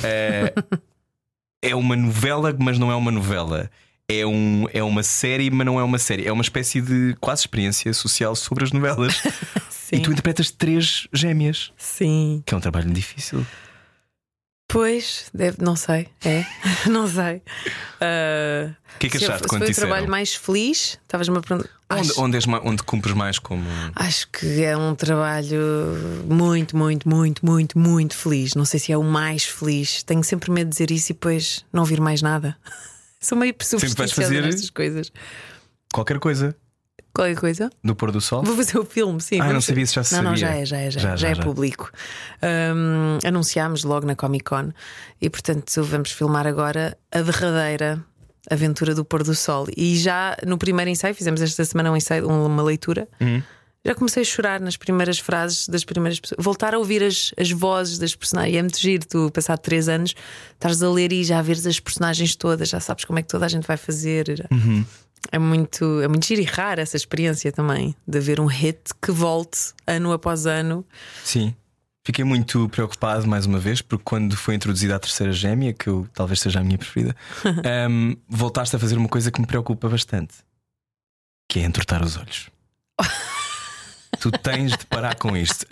é uma novela, mas não é uma novela. É uma série, mas não é uma série. É uma espécie de quase experiência social sobre as novelas. Sim. E tu interpretas 3 gêmeas. Sim. Que é um trabalho difícil. Pois, não sei. Não sei. O que é que achaste quando foi te o trabalho disseram? mais feliz? Estavas-me a perguntar. Onde cumpres mais como. Acho que é um trabalho muito, muito, muito, muito, muito feliz. Não sei se é o mais feliz. Tenho sempre medo de dizer isso e depois não ouvir mais nada. Sou meio supersticiosa nestas coisas. Qualquer coisa. Qualquer coisa? No Pôr do Sol? Vou fazer o filme, sim. Não sabia se já se sabia. Não, já é público. Anunciámos logo na Comic Con e, portanto, vamos filmar agora a derradeira aventura do Pôr do Sol. E já no primeiro ensaio, fizemos esta semana um ensaio, uma leitura. Já comecei a chorar nas primeiras frases das primeiras pessoas. Voltar a ouvir as vozes das personagens. E é muito giro, tu, passado 3 anos, estás a ler e já veres as personagens todas, já sabes como é que toda a gente vai fazer. É muito giro e raro essa experiência também, de haver um hit que volte ano após ano. Sim. Fiquei muito preocupado mais uma vez, porque quando foi introduzida a terceira gêmea, que talvez seja a minha preferida, voltaste a fazer uma coisa que me preocupa bastante, que é entortar os olhos. Tu tens de parar com isto.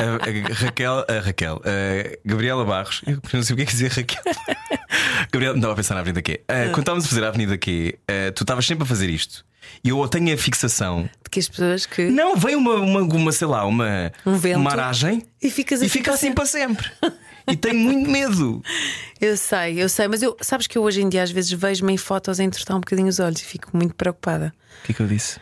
A Gabriela Barros, eu não sei o que é que dizer Raquel. Gabriela, não estava a pensar na Avenida Q. Quando estávamos a fazer a Avenida Q, tu estavas sempre a fazer isto. E eu tenho a fixação de que as pessoas que. Não, vem uma sei lá, um vento, uma aragem e fica assim para sempre. E tenho muito medo. Eu sei, mas sabes que eu hoje em dia às vezes vejo-me em fotos a entortar um bocadinho os olhos e fico muito preocupada. O que é que eu disse?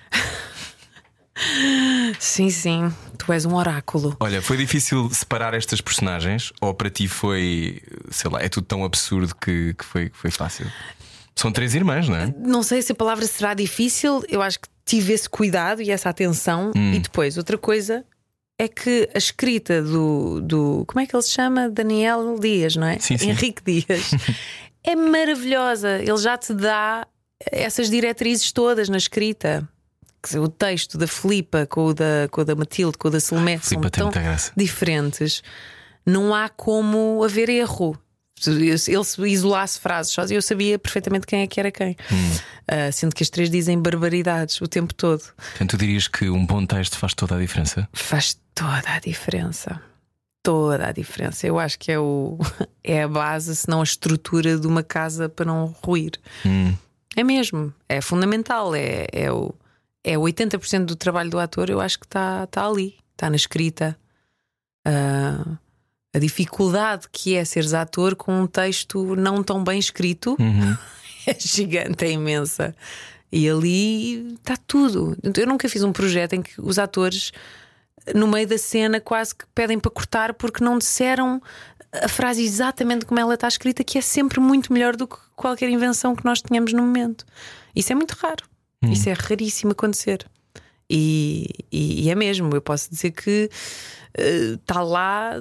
Sim, tu és um oráculo. Olha, foi difícil separar estas personagens? Ou para ti foi, sei lá, é tudo tão absurdo que foi fácil? São 3 irmãs, não é? Não sei se a palavra será difícil. Eu acho que tive esse cuidado e essa atenção. E depois, outra coisa é que a escrita do como é que ele se chama? Daniel Dias, não é? Sim. Henrique Dias. É maravilhosa. Ele já te dá essas diretrizes todas na escrita. O texto da Filipa com o da Matilde, com o da Salomé são tão diferentes. Não há como haver erro. Ele se isolasse frases só, eu sabia perfeitamente quem é que era quem. Sendo que as 3 dizem barbaridades o tempo todo. Então tu dirias que um bom texto faz toda a diferença? Faz toda a diferença. Toda a diferença. Eu acho que é a base, se não a estrutura de uma casa para não ruir. É mesmo, é fundamental. É 80% do trabalho do ator. Eu acho que está ali, está na escrita. A dificuldade que é seres ator com um texto não tão bem escrito é gigante, é imensa. E ali está tudo. Eu nunca fiz um projeto em que os atores, no meio da cena, quase que pedem para cortar porque não disseram a frase exatamente como ela está escrita, que é sempre muito melhor do que qualquer invenção que nós tenhamos no momento. Isso é muito raro. Isso é raríssimo acontecer. E é mesmo. Eu posso dizer que está lá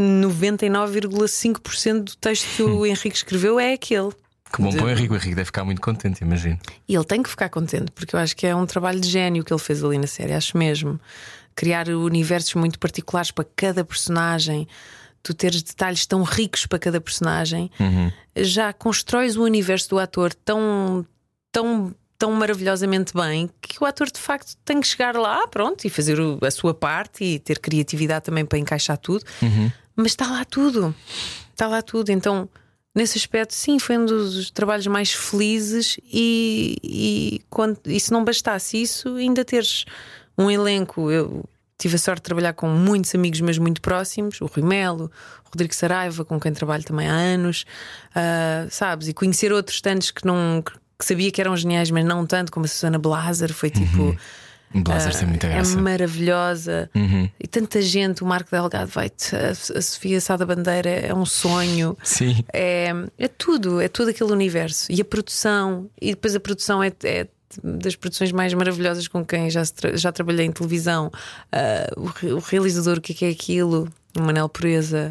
99,5% do texto que o Henrique escreveu é aquele. Que bom para o Henrique. O Henrique deve ficar muito contente, imagino. E ele tem que ficar contente, porque eu acho que é um trabalho de gênio que ele fez ali na série. Acho mesmo. Criar universos muito particulares para cada personagem, tu teres detalhes tão ricos para cada personagem, já constróis o universo do ator tão maravilhosamente bem que o ator de facto tem que chegar lá, pronto, e fazer a sua parte e ter criatividade também para encaixar tudo. Mas está lá tudo. Então, nesse aspecto, sim, foi um dos trabalhos mais felizes. E se não bastasse isso, ainda teres um elenco. Eu tive a sorte de trabalhar com muitos amigos meus muito próximos, o Rui Melo, o Rodrigo Saraiva, com quem trabalho também há anos, sabes? E conhecer outros tantos que sabia que eram geniais, mas não tanto, como a Susana Blaser. Foi tipo. Blaser tem muita graça. É maravilhosa. E tanta gente. O Marco Delgado a Sofia Sá da Bandeira é um sonho. Sim. É todo aquele universo. E a produção. E depois a produção das produções mais maravilhosas com quem já trabalhei em televisão. O realizador, o que é aquilo? O Manel Pureza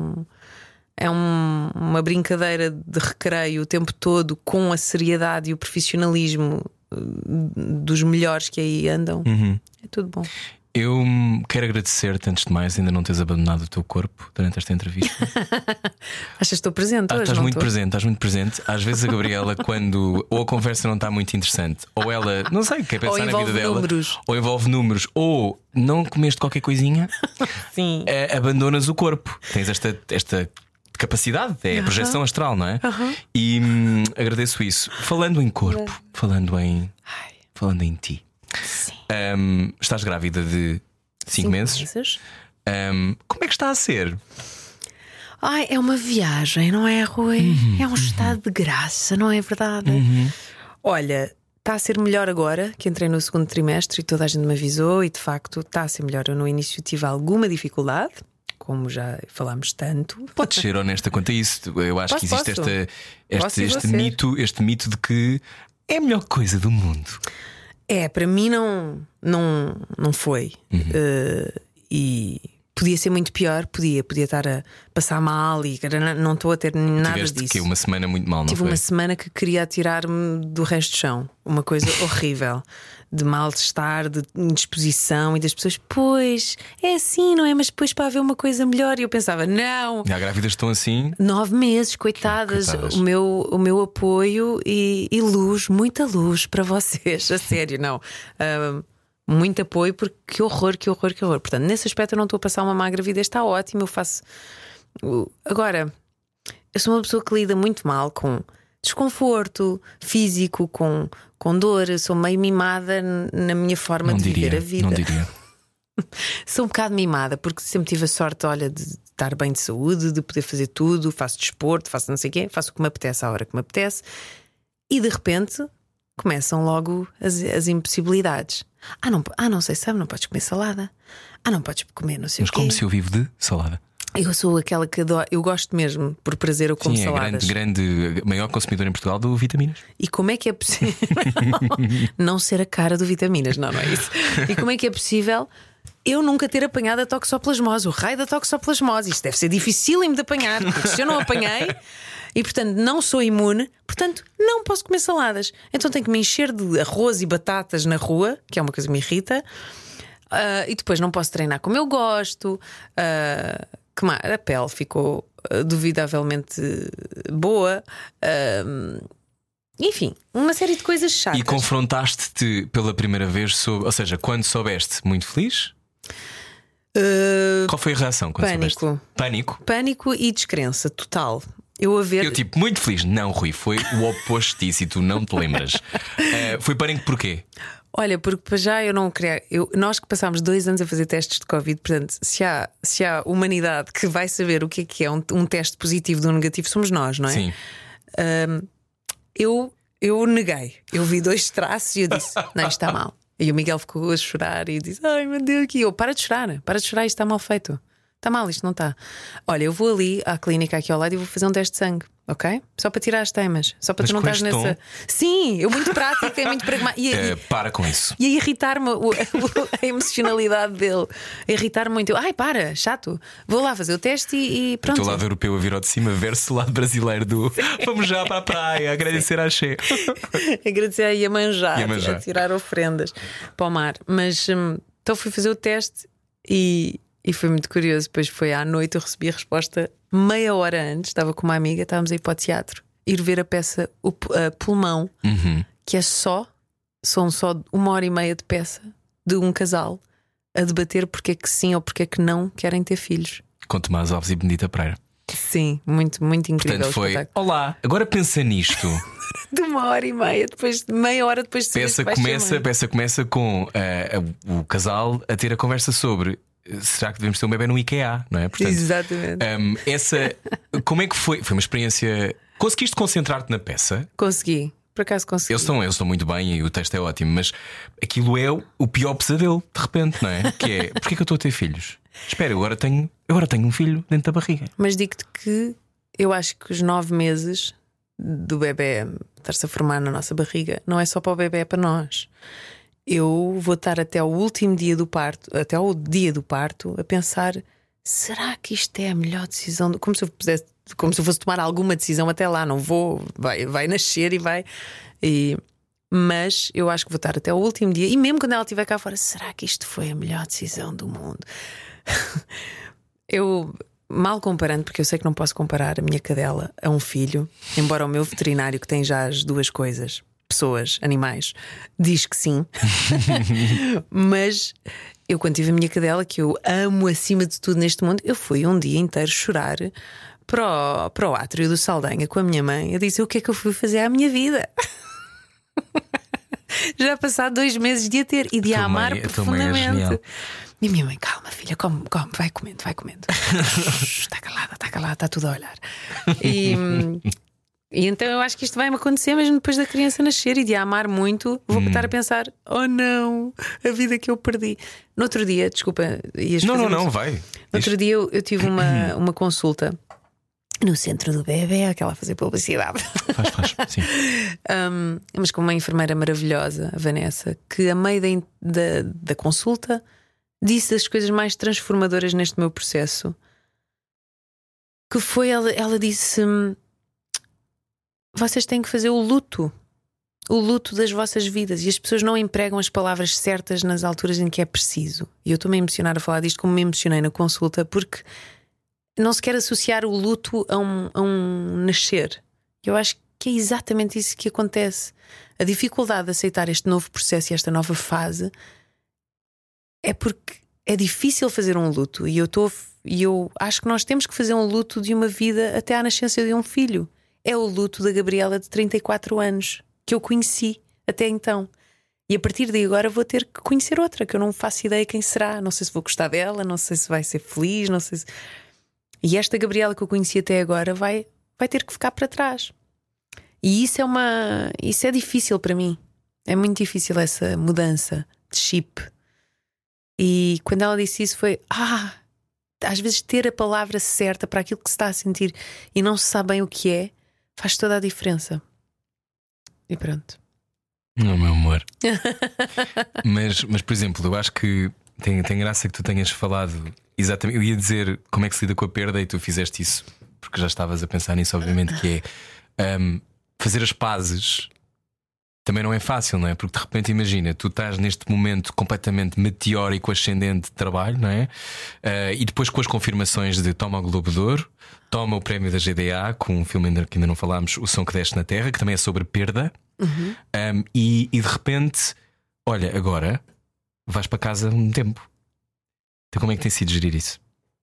é uma brincadeira de recreio o tempo todo, com a seriedade e o profissionalismo dos melhores que aí andam. É tudo bom. Eu quero agradecer-te, antes de mais, ainda não teres abandonado o teu corpo durante esta entrevista. Achas que estou presente hoje? Estás muito presente, estás muito presente. Às vezes a Gabriela, quando ou a conversa não está muito interessante, ou ela, não sei, quer pensar na vida dela, ou envolve números, ou não comeste qualquer coisinha, sim, abandonas o corpo. Tens esta capacidade, é a projeção astral, não é? E agradeço isso. Falando em corpo, falando em ti. Estás grávida de 5 meses. Como é que está a ser? É uma viagem, não é, Rui? É um estado de graça, não é verdade? Olha, está a ser melhor agora que entrei no segundo trimestre e toda a gente me avisou, e de facto está a ser melhor. Eu no início tive alguma dificuldade, como já falámos tanto. Podes ser honesta quanto a isso. Eu acho que existe este mito de que é a melhor coisa do mundo. Para mim não foi. E podia ser muito pior, podia estar a passar mal e não estou a ter nada Tiveste disso. Que uma semana muito mal, não Tive foi? uma semana que queria atirar-me do resto do chão. Uma coisa horrível. De mal-estar, de indisposição, e das pessoas, pois, é assim, não é? Mas depois para haver uma coisa melhor. E eu pensava, não. E há grávidas estão assim. 9 meses, coitadas. O meu apoio e luz, muita luz para vocês. A sério, não. Muito apoio, porque que horror. Portanto, nesse aspecto eu não estou a passar uma má gravidez, está ótimo. Eu faço. Agora, eu sou uma pessoa que lida muito mal com desconforto físico, com dor. Eu sou meio mimada na minha forma de viver a vida. Não diria. Sou um bocado mimada, porque sempre tive a sorte, olha, de estar bem de saúde, de poder fazer tudo. Faço desporto, faço não sei o quê, faço o que me apetece à hora que me apetece. E de repente começam logo as impossibilidades. Não sei, sabe, não podes comer salada. Não podes comer não sei o quê. Mas como se eu vivo de salada? Eu sou aquela que eu gosto mesmo, por prazer eu como saladas. Maior consumidor em Portugal de vitaminas. E como é que é possível não ser a cara do vitaminas? Não é isso. E como é que é possível eu nunca ter apanhado a toxoplasmose? O raio da toxoplasmose. Isto deve ser dificílimo de apanhar, porque se eu não apanhei e portanto não sou imune, portanto não posso comer saladas. Então tenho que me encher de arroz e batatas na rua, que é uma coisa que me irrita. E depois não posso treinar como eu gosto. A pele ficou duvidavelmente boa. Enfim, uma série de coisas chatas. E confrontaste-te pela primeira vez, ou seja, quando soubeste, muito feliz? Qual foi a reação quando soubeste? Pânico e descrença total. Eu tipo, muito feliz. Não, Rui, foi o oposto disso e tu não te lembras. Foi pânico porquê? Olha, porque para já eu não queria. Nós que passámos 2 anos a fazer testes de Covid, portanto, se há humanidade que vai saber o que é um teste positivo de um negativo, somos nós, não é? Sim. Eu neguei. Eu vi 2 traços e eu disse: não, isto está mal. E o Miguel ficou a chorar e disse: ai meu Deus, aqui. Para de chorar, isto está mal feito. Está mal, isto não está. Olha, eu vou ali à clínica aqui ao lado e vou fazer um teste de sangue, ok? Só para tirar as temas. Só para tu não estás nessa. Sim, eu muito prática e muito pragmática. Para com isso. E a irritar-me a emocionalidade dele. A irritar-me muito. Para, chato. Vou lá fazer o teste e pronto. O teu lado europeu a vir ao de cima versus o lado brasileiro do vamos já para a praia, agradecer à Che. Agradecer a Iemanjá, a tirar ofrendas para o mar. Mas então fui fazer o teste e foi muito curioso. Depois foi à noite, eu recebi a resposta meia hora antes. Estava com uma amiga, estávamos a ir para o teatro, ir ver a peça Pulmão, que são só 1h30 de peça de um casal a debater porque é que sim ou porque é que não querem ter filhos. Com Tomás Alves e Benedita Pereira. Sim, muito, muito incrível. Portanto foi, olá, agora pensa nisto. De 1h30, depois, meia hora depois de peça começa com o casal a ter a conversa sobre: será que devemos ter um bebê no IKEA, não é? Portanto, exatamente. Como é que foi? Foi uma experiência. Conseguiste concentrar-te na peça? Consegui, por acaso consegui. Eles estão muito bem e o texto é ótimo, mas aquilo é o pior pesadelo, de repente, não é? Que é: porquê que eu estou a ter filhos? Espera, eu agora tenho um filho dentro da barriga. Mas digo-te que eu acho que os 9 meses do bebê estar-se a formar na nossa barriga não é só para o bebê, é para nós. Eu vou estar até o último dia do parto, até o dia do parto, a pensar: será que isto é a melhor decisão? Como se eu fosse tomar alguma decisão até lá. Não vou, vai nascer e vai. Mas eu acho que vou estar até o último dia. E mesmo quando ela estiver cá fora, será que isto foi a melhor decisão do mundo? Eu, mal comparando, porque eu sei que não posso comparar a minha cadela a um filho, embora o meu veterinário, que tem já as duas coisas, pessoas, animais, diz que sim. Mas eu, quando tive a minha cadela, que eu amo acima de tudo neste mundo, eu fui um dia inteiro chorar para o átrio do Saldanha com a minha mãe. Eu disse: o que é que eu fui fazer à minha vida? Já passado 2 meses de a ter e de a amar profundamente. E a minha mãe: calma, filha, come, vai comendo. Está calada, está tudo a olhar. E então eu acho que isto vai-me acontecer mesmo depois da criança nascer e de a amar muito. Vou estar a pensar: oh não, a vida que eu perdi. No outro dia, desculpa, Não, vai. No outro dia eu tive uma consulta no centro do bebê, aquela a fazer publicidade. Faz, sim. Mas com uma enfermeira maravilhosa, a Vanessa, que a meio da consulta disse as coisas mais transformadoras neste meu processo. Que foi, ela disse: vocês têm que fazer o luto das vossas vidas. E as pessoas não empregam as palavras certas nas alturas em que é preciso. E eu estou-me a emocionar a falar disto, como me emocionei na consulta, porque não se quer associar o luto a um nascer. Eu acho que é exatamente isso que acontece. A dificuldade de aceitar este novo processo e esta nova fase é porque é difícil fazer um luto. E eu acho que nós temos que fazer um luto de uma vida até à nascença de um filho. É o luto da Gabriela de 34 anos, que eu conheci até então. E a partir de agora vou ter que conhecer outra, que eu não faço ideia quem será. Não sei se vou gostar dela, não sei se vai ser feliz, não sei se... E esta Gabriela que eu conheci até agora vai ter que ficar para trás. E isso é difícil para mim. É muito difícil essa mudança de chip. E quando ela disse isso foi: às vezes ter a palavra certa para aquilo que se está a sentir e não se sabe bem o que é, faz toda a diferença. E pronto. Não, meu amor. mas, por exemplo, eu acho que tem graça que tu tenhas falado. Exatamente, eu ia dizer como é que se lida com a perda e tu fizeste isso, porque já estavas a pensar nisso, obviamente, que é fazer as pazes. Também não é fácil, não é? Porque de repente imagina, tu estás neste momento completamente meteórico, ascendente de trabalho, não é? E depois com as confirmações de toma o Globo de Ouro, toma o prémio da GDA, com um filme que ainda não falámos, O Som que Deste na Terra, que também é sobre perda. E de repente, olha, agora vais para casa um tempo. Então como é que tem sido gerir isso?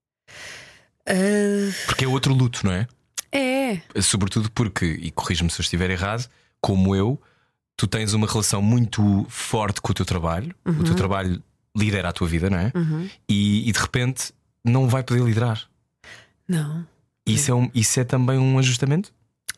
Porque é outro luto, não é? É. Sobretudo porque, e corrige-me se eu estiver errado, como eu, tu tens uma relação muito forte com o teu trabalho. O teu trabalho lidera a tua vida, não é? E de repente não vai poder liderar. Não. Isso é também um ajustamento?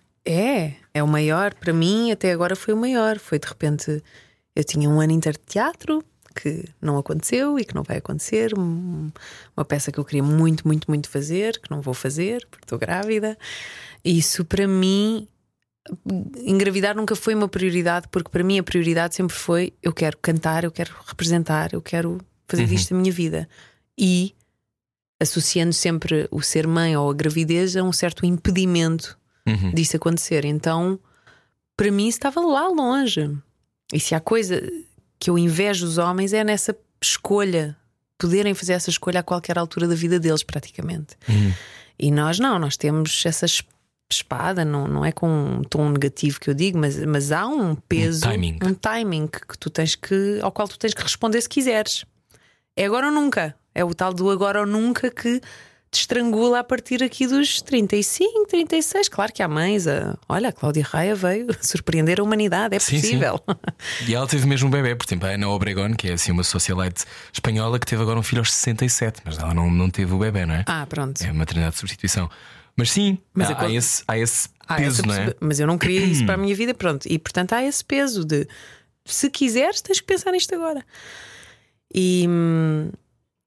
É o maior. Para mim até agora foi o maior. Foi de repente, eu tinha um ano inteiro de teatro que não aconteceu e que não vai acontecer. Uma peça que eu queria muito, muito, muito fazer, que não vou fazer porque estou grávida. E isso para mim, engravidar nunca foi uma prioridade, porque para mim a prioridade sempre foi: eu quero cantar, eu quero representar, eu quero fazer disto a minha vida. E associando sempre o ser mãe ou a gravidez a um certo impedimento disso acontecer. Então para mim isso estava lá longe. E se há coisa que eu invejo os homens é nessa escolha, poderem fazer essa escolha a qualquer altura da vida deles praticamente. E nós não, nós temos essa espada, não é com um tom negativo que eu digo, mas há um peso, um timing que tu tens ao qual tu tens que responder se quiseres. É agora ou nunca. É o tal do agora ou nunca que te estrangula a partir aqui dos 35, 36. Claro que há mães. Olha, a Cláudia Raia veio surpreender a humanidade. É possível. Sim. E ela teve mesmo um bebê. Por exemplo, a Ana Obregón, que é assim uma socialite espanhola, que teve agora um filho aos 67. Mas ela não teve o bebê, não é? Pronto. É maternidade de substituição. Mas sim, há esse peso, não é? Mas eu não queria isso para a minha vida, pronto. E portanto há esse peso de: se quiseres, tens que pensar nisto agora.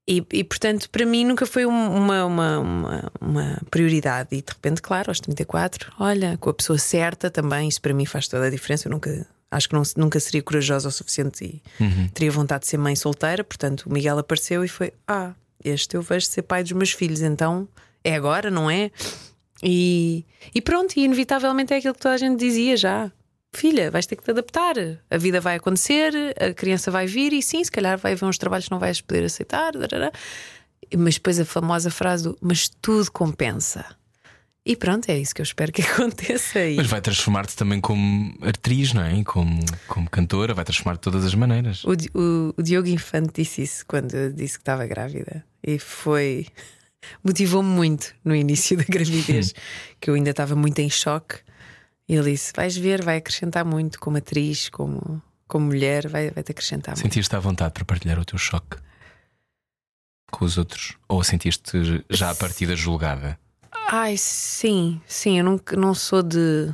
E portanto, para mim nunca foi uma prioridade. E de repente, claro, aos 34, olha, com a pessoa certa também, isso para mim faz toda a diferença. Eu acho que nunca seria corajosa o suficiente e teria vontade de ser mãe solteira. Portanto, o Miguel apareceu e foi: este eu vejo ser pai dos meus filhos, então é agora, não é? E pronto, e inevitavelmente é aquilo que toda a gente dizia já: filha, vais ter que te adaptar, a vida vai acontecer, a criança vai vir e sim, se calhar vai haver uns trabalhos que não vais poder aceitar, mas depois a famosa frase do mas tudo compensa. E pronto, é isso que eu espero que aconteça. Mas vai transformar-te também como atriz, não é? Como cantora, vai transformar de todas as maneiras. O Diogo Infante disse isso quando eu disse que estava grávida. E motivou-me muito no início da gravidez, que eu ainda estava muito em choque. E ele disse: vais ver, vai acrescentar muito como atriz, como mulher, vai-te acrescentar muito. Sentiste à vontade para partilhar o teu choque com os outros? Ou sentiste já a partida julgada? Sim, eu não sou de.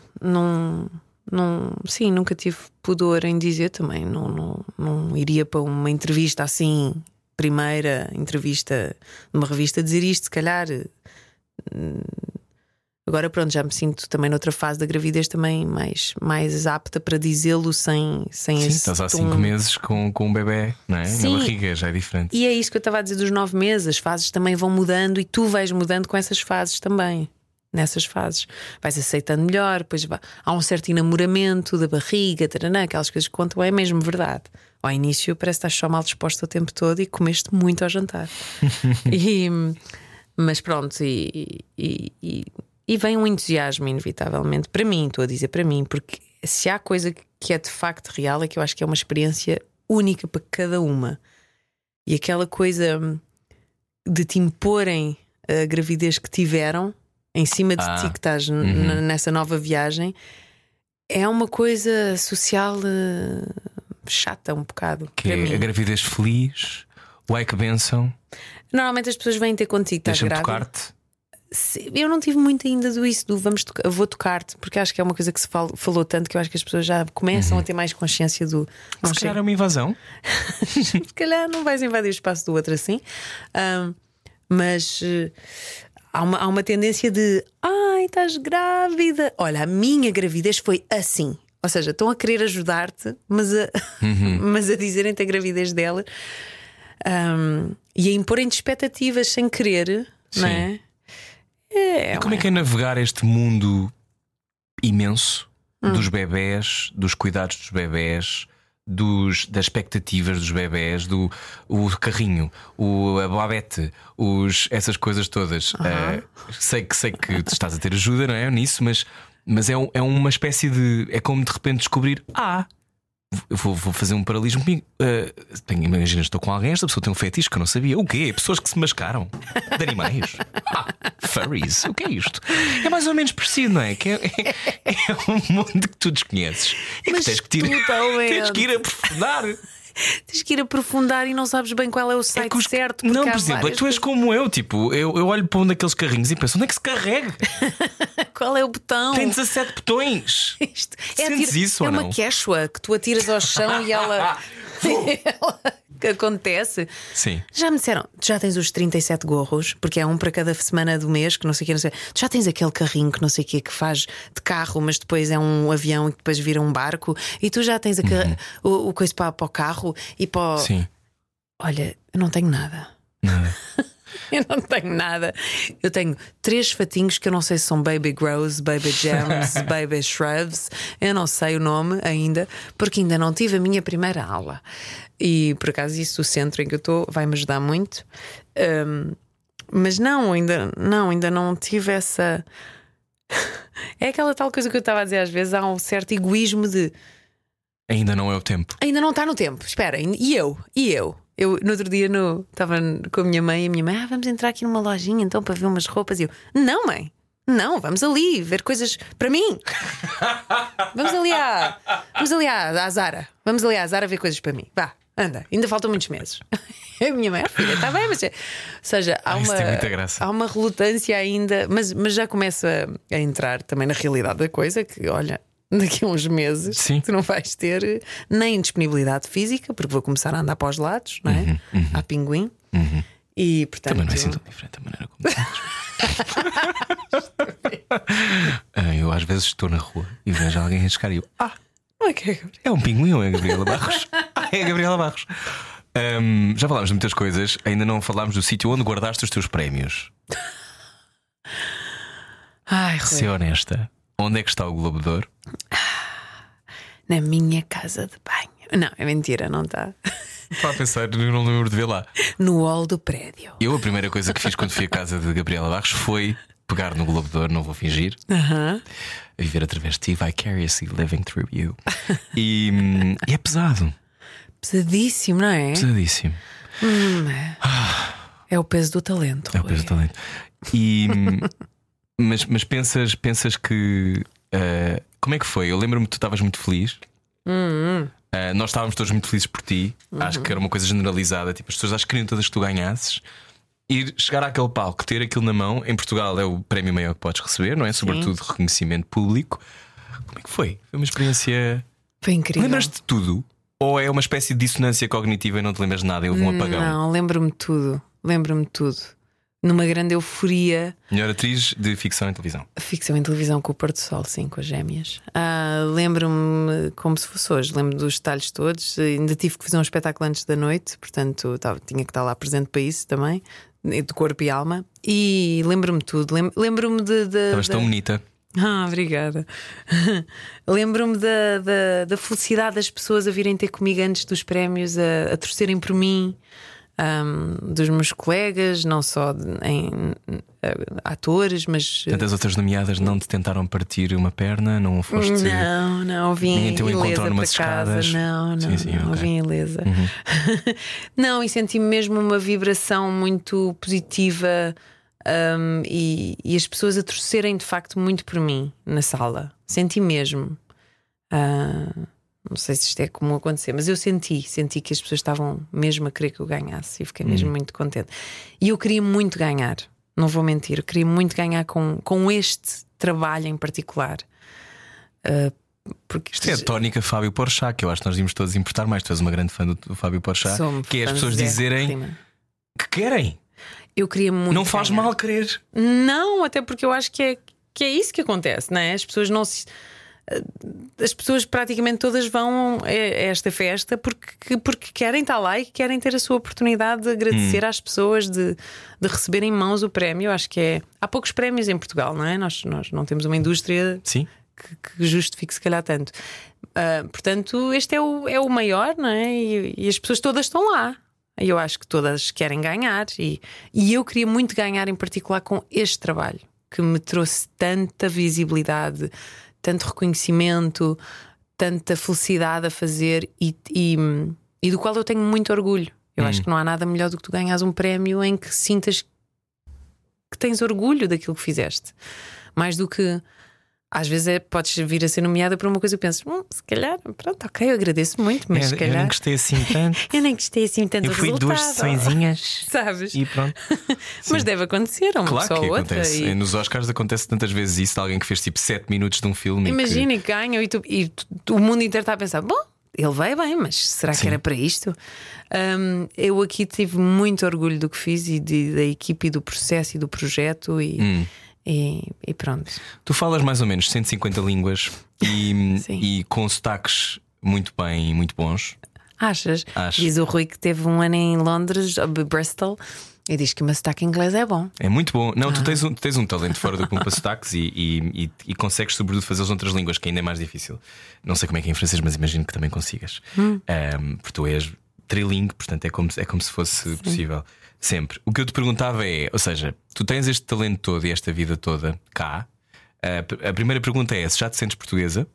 Sim, nunca tive pudor em dizer também. Não iria para uma entrevista assim, primeira entrevista numa revista, dizer isto, se calhar. Agora pronto, já me sinto também noutra fase da gravidez também mais apta para dizê-lo sem Sim, esse estás há tom. 5 meses com um bebé, não é? Sim. Na barriga já é diferente. E é isso que eu estava a dizer dos 9 meses. As fases também vão mudando e tu vais mudando com essas fases também. Nessas fases vais aceitando melhor, depois há um certo enamoramento da barriga, taranã, aquelas coisas que contam, é mesmo verdade. Ao início parece que estás só mal disposto o tempo todo e comeste muito ao jantar. Mas pronto, e vem um entusiasmo, inevitavelmente, para mim, estou a dizer para mim, porque se há coisa que é de facto real, é que eu acho que é uma experiência única para cada uma. E aquela coisa de te imporem a gravidez que tiveram em cima de ti, que estás nessa nova viagem, é uma coisa social chata um bocado. Que é mim. A gravidez feliz, o ai que benção. Normalmente as pessoas vêm ter contigo, estás Deixa-me grávida. tocar-te. Eu não tive muito ainda isso do vou tocar-te, porque acho que é uma coisa que se falou tanto que eu acho que as pessoas já começam a ter mais consciência do. Se calhar é uma invasão. Se calhar não vais invadir o espaço do outro assim. Mas há uma tendência de estás grávida. Olha, a minha gravidez foi assim. Ou seja, estão a querer ajudar-te, mas a dizerem-te a gravidez dela e a imporem-te expectativas sem querer, Sim. não é? E como é que é navegar este mundo imenso dos bebés, dos cuidados dos bebés, das expectativas dos bebés, o carrinho, a babete, essas coisas todas? Sei que tu estás a ter ajuda, não é? Nisso, mas é uma espécie de. É como de repente descobrir: eu vou fazer um paralelismo comigo. Imagina, estou com alguém, esta pessoa tem um fetiche que eu não sabia. O quê? Pessoas que se mascaram de animais. Furries, o que é isto? É mais ou menos parecido, não é? Que é um mundo que tu desconheces e Mas que tens que ir aprofundar. Tens que ir aprofundar e não sabes bem qual é o site certo. Não, por exemplo, tu és como eu. Tipo, eu olho para um daqueles carrinhos e penso: onde é que se carrega? Qual é o botão? Tem 17 botões. Sentes isso ou não? É uma quechua que tu atiras ao chão e ela acontece. Sim. Já me disseram: tu já tens os 37 gorros, porque é um para cada semana do mês, que não sei o que, não sei. Tu já tens aquele carrinho que não sei o que faz de carro, mas depois é um avião e depois vira um barco, e tu já tens o coisa para o carro e para. Sim. Olha, eu não tenho nada. Eu não tenho nada. Eu tenho 3 fatinhos que eu não sei se são Baby Grows, Baby Jams, Baby Shrubs. Eu não sei o nome ainda, porque ainda não tive a minha primeira aula. E por acaso isso, o centro em que eu estou, vai-me ajudar muito. Mas ainda não tive essa. É aquela tal coisa que eu estava a dizer às vezes. Há um certo egoísmo de ainda não é o tempo. Ainda não está no tempo. Espera, e eu? Eu no outro dia estava com a minha mãe e a minha mãe: vamos entrar aqui numa lojinha então para ver umas roupas. E eu: não, mãe, não, vamos ali ver coisas para mim. Vamos ali à Zara. Vamos ali à Zara ver coisas para mim. Vá, anda, ainda faltam muitos meses. A minha mãe: filha, está bem, mas ou seja, há uma relutância ainda, mas já começa a entrar também na realidade da coisa, que olha, daqui a uns meses tu não vais ter nem disponibilidade física, porque vou começar a andar para os lados, não é? À pinguim. E portanto. Também não é assim tão diferente a maneira como eu às vezes estou na rua e vejo alguém a chegar e eu. É um pinguim ou é a Gabriela Barros? É a Gabriela Barros. Já falámos de muitas coisas, ainda não falámos do sítio onde guardaste os teus prémios. Ai, Se é honesta, onde é que está o Globo de Ouro? Na minha casa de banho. Não, é mentira, não está. Estava a pensar, eu não lembro de ver lá. No hall do prédio. Eu, a primeira coisa que fiz quando fui à casa de Gabriela Barros foi pegar no Globo de Ouro, não vou fingir, a viver através de ti, vicariously living through you. E é pesado. Pesadíssimo, não é? Pesadíssimo. É o peso do talento. É o peso do talento. Mas pensas que. Como é que foi? Eu lembro-me que tu estavas muito feliz. Nós estávamos todos muito felizes por ti. Acho que era uma coisa generalizada. Tipo, as pessoas acho que queriam todas que tu ganhasses. Ir chegar àquele palco, ter aquilo na mão. Em Portugal é o prémio maior que podes receber, não é? Sobretudo reconhecimento público. Como é que foi? Foi uma experiência. Foi incrível. Lembras-te de tudo? Ou é uma espécie de dissonância cognitiva e não te lembras de nada? E houve um apagão? Não, lembro-me de tudo. Lembro-me de tudo. Numa grande euforia. Melhor atriz de ficção em televisão. Ficção em televisão com o Porto Sol, sim, com as gêmeas. Lembro-me como se fosse hoje. Lembro dos detalhes todos. Ainda tive que fazer um espetáculo antes da noite. Portanto, tinha que estar lá presente para isso também, de corpo e alma. E lembro-me de tudo. Lembro-me de Estavas tão bonita. Obrigada. Lembro-me da felicidade das pessoas a virem ter comigo antes dos prémios, a torcerem por mim, dos meus colegas, não só atores, mas. Tantas outras nomeadas não te tentaram partir uma perna? Não foste. Não, vim ninguém te ilesa encontrou numas para casa. escadas. Não, okay. vim ilesa. Não, e senti mesmo uma vibração muito positiva. E as pessoas a torcerem de facto muito por mim na sala. Senti mesmo. Não sei se isto é comum acontecer, mas eu senti que as pessoas estavam mesmo a querer que eu ganhasse e fiquei mesmo muito contente. E eu queria muito ganhar, não vou mentir, eu queria muito ganhar com este trabalho em particular. Porque isto é a tónica Fábio Porchat, que eu acho que nós devíamos todos importar mais. Tu és uma grande fã do Fábio Porchat, que é as pessoas dizerem que querem. Eu queria muito. Não faz mal querer. Não, até porque eu acho que é isso que acontece, não é? As pessoas não se. As pessoas praticamente todas vão a esta festa porque querem estar lá e querem ter a sua oportunidade de agradecer às pessoas, de receber em mãos o prémio. Eu acho que há poucos prémios em Portugal, não é? Nós não temos uma indústria que justifique se calhar tanto. Portanto, este é o maior, não é? E as pessoas todas estão lá. Eu acho que todas querem ganhar e eu queria muito ganhar, em particular com este trabalho que me trouxe tanta visibilidade, tanto reconhecimento, tanta felicidade a fazer e do qual eu tenho muito orgulho. Eu acho que não há nada melhor do que tu ganhas um prémio em que sintas que tens orgulho daquilo que fizeste, mais do que às vezes podes vir a ser nomeada por uma coisa e pensas, se calhar, pronto, ok, eu agradeço muito, mas se calhar. Eu nem gostei assim tanto. Eu nem gostei assim tanto. Eu fui resultado. 2 sessõezinhas. Sabes? E pronto. Mas deve acontecer, uma claro pessoa que ou outra. Acontece. Nos Oscars acontece tantas vezes isso, de alguém que fez tipo 7 minutos de um filme. Imagina que ganham e o mundo inteiro está a pensar, bom, ele veio bem, mas será que era para isto? Eu aqui tive muito orgulho do que fiz e da equipe e do processo e do projeto e pronto. Tu falas mais ou menos 150 línguas e com sotaques muito bem e muito bons. Achas? Diz o Rui que teve um ano em Londres, Bristol, e diz que o meu sotaque inglês é bom. É muito bom. Não, tu tens um talento fora do comum para sotaques e consegues sobretudo fazer as outras línguas, que ainda é mais difícil. Não sei como é que é em francês, mas imagino que também consigas. Porque tu és trilingue, portanto é como se fosse possível. Sempre. O que eu te perguntava é, ou seja, tu tens este talento todo e esta vida toda cá. A primeira pergunta é: se já te sentes portuguesa?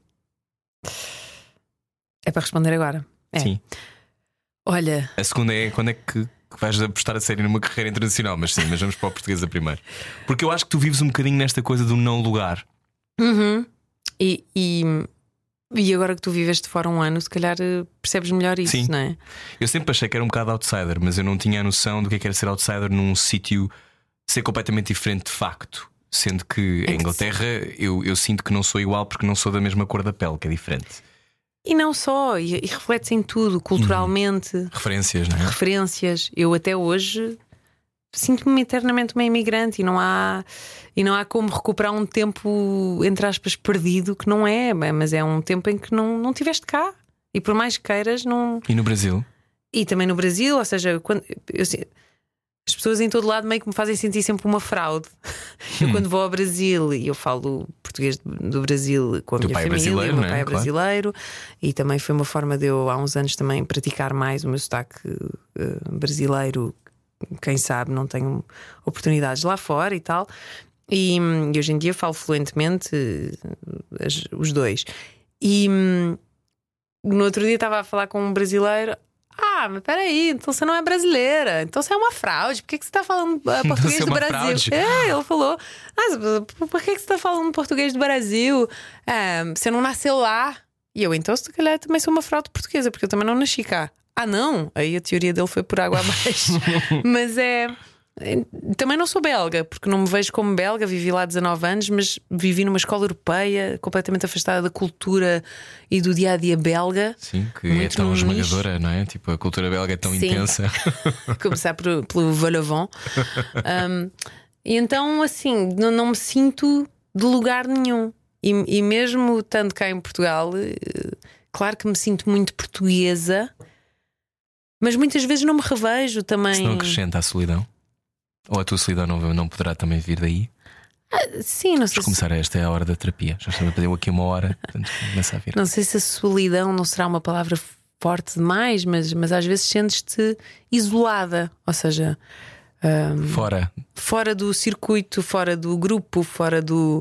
É para responder agora. Sim. Olha. A segunda é: quando é que vais apostar a sério numa carreira internacional? Mas vamos para a portuguesa primeiro. Porque eu acho que tu vives um bocadinho nesta coisa do não lugar. E agora que tu viveste fora um ano, se calhar percebes melhor isso, não é? Eu sempre achei que era um bocado outsider, mas eu não tinha a noção do que era ser outsider num sítio, ser completamente diferente de facto. Sendo que em Inglaterra eu sinto que não sou igual porque não sou da mesma cor da pele, que é diferente. E não só, e reflete-se em tudo, culturalmente. Referências, não é? Referências. Eu até hoje sinto-me eternamente uma imigrante e não há como recuperar um tempo, entre aspas, perdido, que não é, mas é um tempo em que não tiveste cá. E por mais que queiras, não. E no Brasil? E também no Brasil, ou seja, as pessoas em todo lado meio que me fazem sentir sempre uma fraude. Eu, quando vou ao Brasil, e eu falo português do Brasil com a minha família, o meu pai é brasileiro, e também foi uma forma de eu, há uns anos, também praticar mais o meu sotaque brasileiro. Quem sabe, não tenho oportunidades lá fora e tal. E hoje em dia falo fluentemente os dois. E no outro dia estava a falar com um brasileiro. Mas peraí, então você não é brasileira, então você é uma fraude. Por que você está falando português do Brasil? Ele falou: por que você está falando português do Brasil? Você não nasceu lá. E eu, então, se calhar, também sou uma fraude portuguesa, porque eu também não nasci cá. Não? Aí a teoria dele foi por água abaixo. Mas também não sou belga, porque não me vejo como belga. Vivi lá 19 anos, mas vivi numa escola europeia, completamente afastada da cultura e do dia a dia belga. Sim, que é tão esmagadora, não é? Tipo, a cultura belga é tão intensa. Começar pelo Valavon. E então, assim, não me sinto de lugar nenhum. E mesmo estando cá em Portugal, claro que me sinto muito portuguesa, mas muitas vezes não me revejo também. Isso não acrescenta a solidão? Ou a tua solidão não poderá também vir daí? Sim, não sei. Vamos começar, esta é a hora da terapia. Já estamos a pedir aqui uma hora, portanto começa a vir. Não sei se a solidão não será uma palavra forte demais, mas às vezes sentes-te isolada. Ou seja, fora do circuito, fora do grupo, fora do.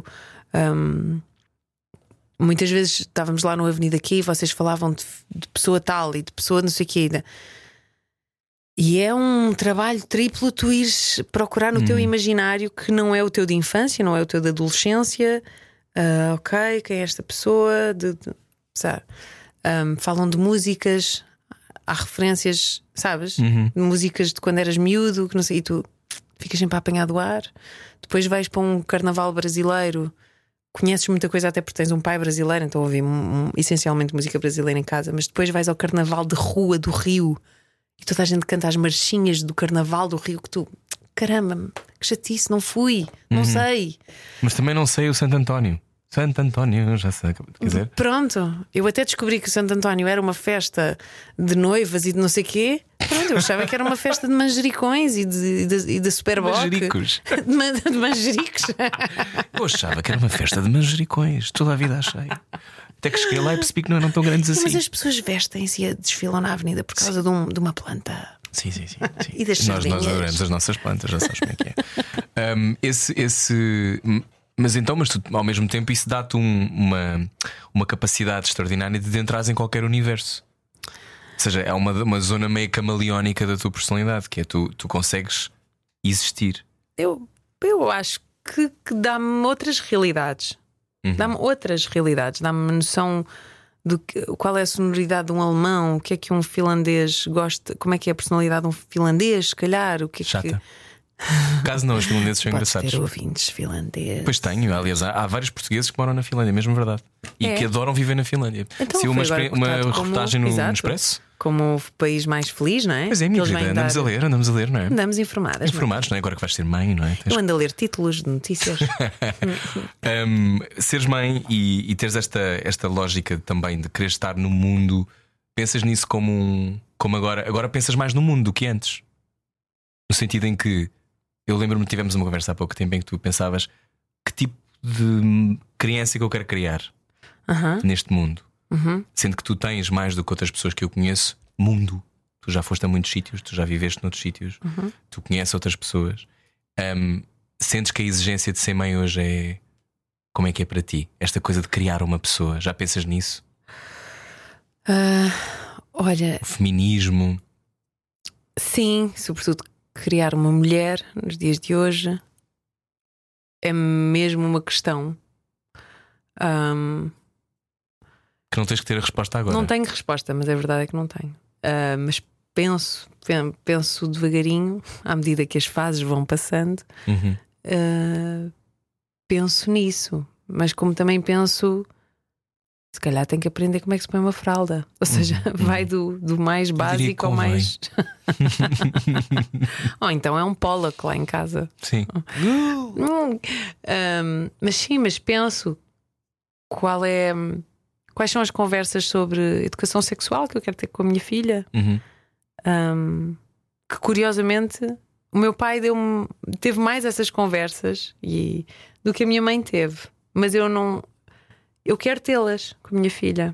Muitas vezes estávamos lá no Avenida aqui e vocês falavam de pessoa tal e de pessoa não sei o quê. E é um trabalho triplo tu ires procurar no teu imaginário, que não é o teu de infância, não é o teu de adolescência. Ok, quem é esta pessoa? Sabe? Falam de músicas, há referências, sabes? De músicas de quando eras miúdo, que não sei, e tu ficas sempre a apanhar do ar. Depois vais para um carnaval brasileiro, conheces muita coisa, até porque tens um pai brasileiro, então ouvi essencialmente música brasileira em casa. Mas depois vais ao carnaval de rua do Rio e toda a gente canta as marchinhas do Carnaval do Rio, que tu, caramba, que chatice, não fui, não sei. Mas também não sei o Santo António. Santo António, já sei, quer dizer. Pronto, eu até descobri que o Santo António era uma festa de noivas e de não sei quê. Pronto, eu achava que era uma festa de manjericões e de Superboc. Manjericos. De manjericos. Eu achava que era uma festa de manjericões, toda a vida achei. Até que cheguei lá e percebi que não eram tão grandes assim. Mas as pessoas vestem-se e desfilam na avenida por causa de uma planta. Sim. E das nós adoramos as nossas plantas, já sabes como é que é. Mas tu, ao mesmo tempo, isso dá-te uma capacidade extraordinária de entrares em qualquer universo. Ou seja, é uma zona meio camaleónica da tua personalidade, que é tu consegues existir. Eu acho que dá-me outras realidades. Dá-me outras realidades, dá-me noção do qual é a sonoridade de um alemão, o que é que um finlandês gosta, como é que é a personalidade de um finlandês, se calhar, o que é chata. Caso não, os finlandeses são engraçados. Ter ouvintes finlandeses. Pois tenho, aliás, há vários portugueses que moram na Finlândia, mesmo verdade. E que adoram viver na Finlândia. Então, se uma reportagem no Expresso. Como o país mais feliz, não é? Pois é, minha querida, andamos a ler, não é? Andamos informadas. Informados, não é? Agora que vais ser mãe, não é? Eu ando a ler títulos de notícias. Seres mãe e teres esta lógica também de querer estar no mundo, pensas nisso como agora pensas mais no mundo do que antes. No sentido em que eu lembro-me que tivemos uma conversa há pouco tempo em que tu pensavas que tipo de criança que eu quero criar neste mundo. Sendo que tu tens mais do que outras pessoas que eu conheço mundo. Tu já foste a muitos sítios, tu já viveste noutros sítios, tu conheces outras pessoas. Sentes que a exigência de ser mãe hoje é. Como é que é para ti? Esta coisa de criar uma pessoa, já pensas nisso? Olha, o feminismo. Sim, sobretudo criar uma mulher nos dias de hoje é mesmo uma questão. Que não tens que ter a resposta agora. Não tenho resposta, mas a verdade é que não tenho. Mas penso devagarinho, à medida que as fases vão passando, penso nisso. Mas como também penso, se calhar tem que aprender como é que se põe uma fralda. Ou seja, vai do mais básico ao mais. Ou então é um Pollock lá em casa. Sim. Mas penso quais são as conversas sobre educação sexual que eu quero ter com a minha filha. Que curiosamente o meu pai teve mais essas conversas do que a minha mãe teve. Mas eu quero tê-las com a minha filha.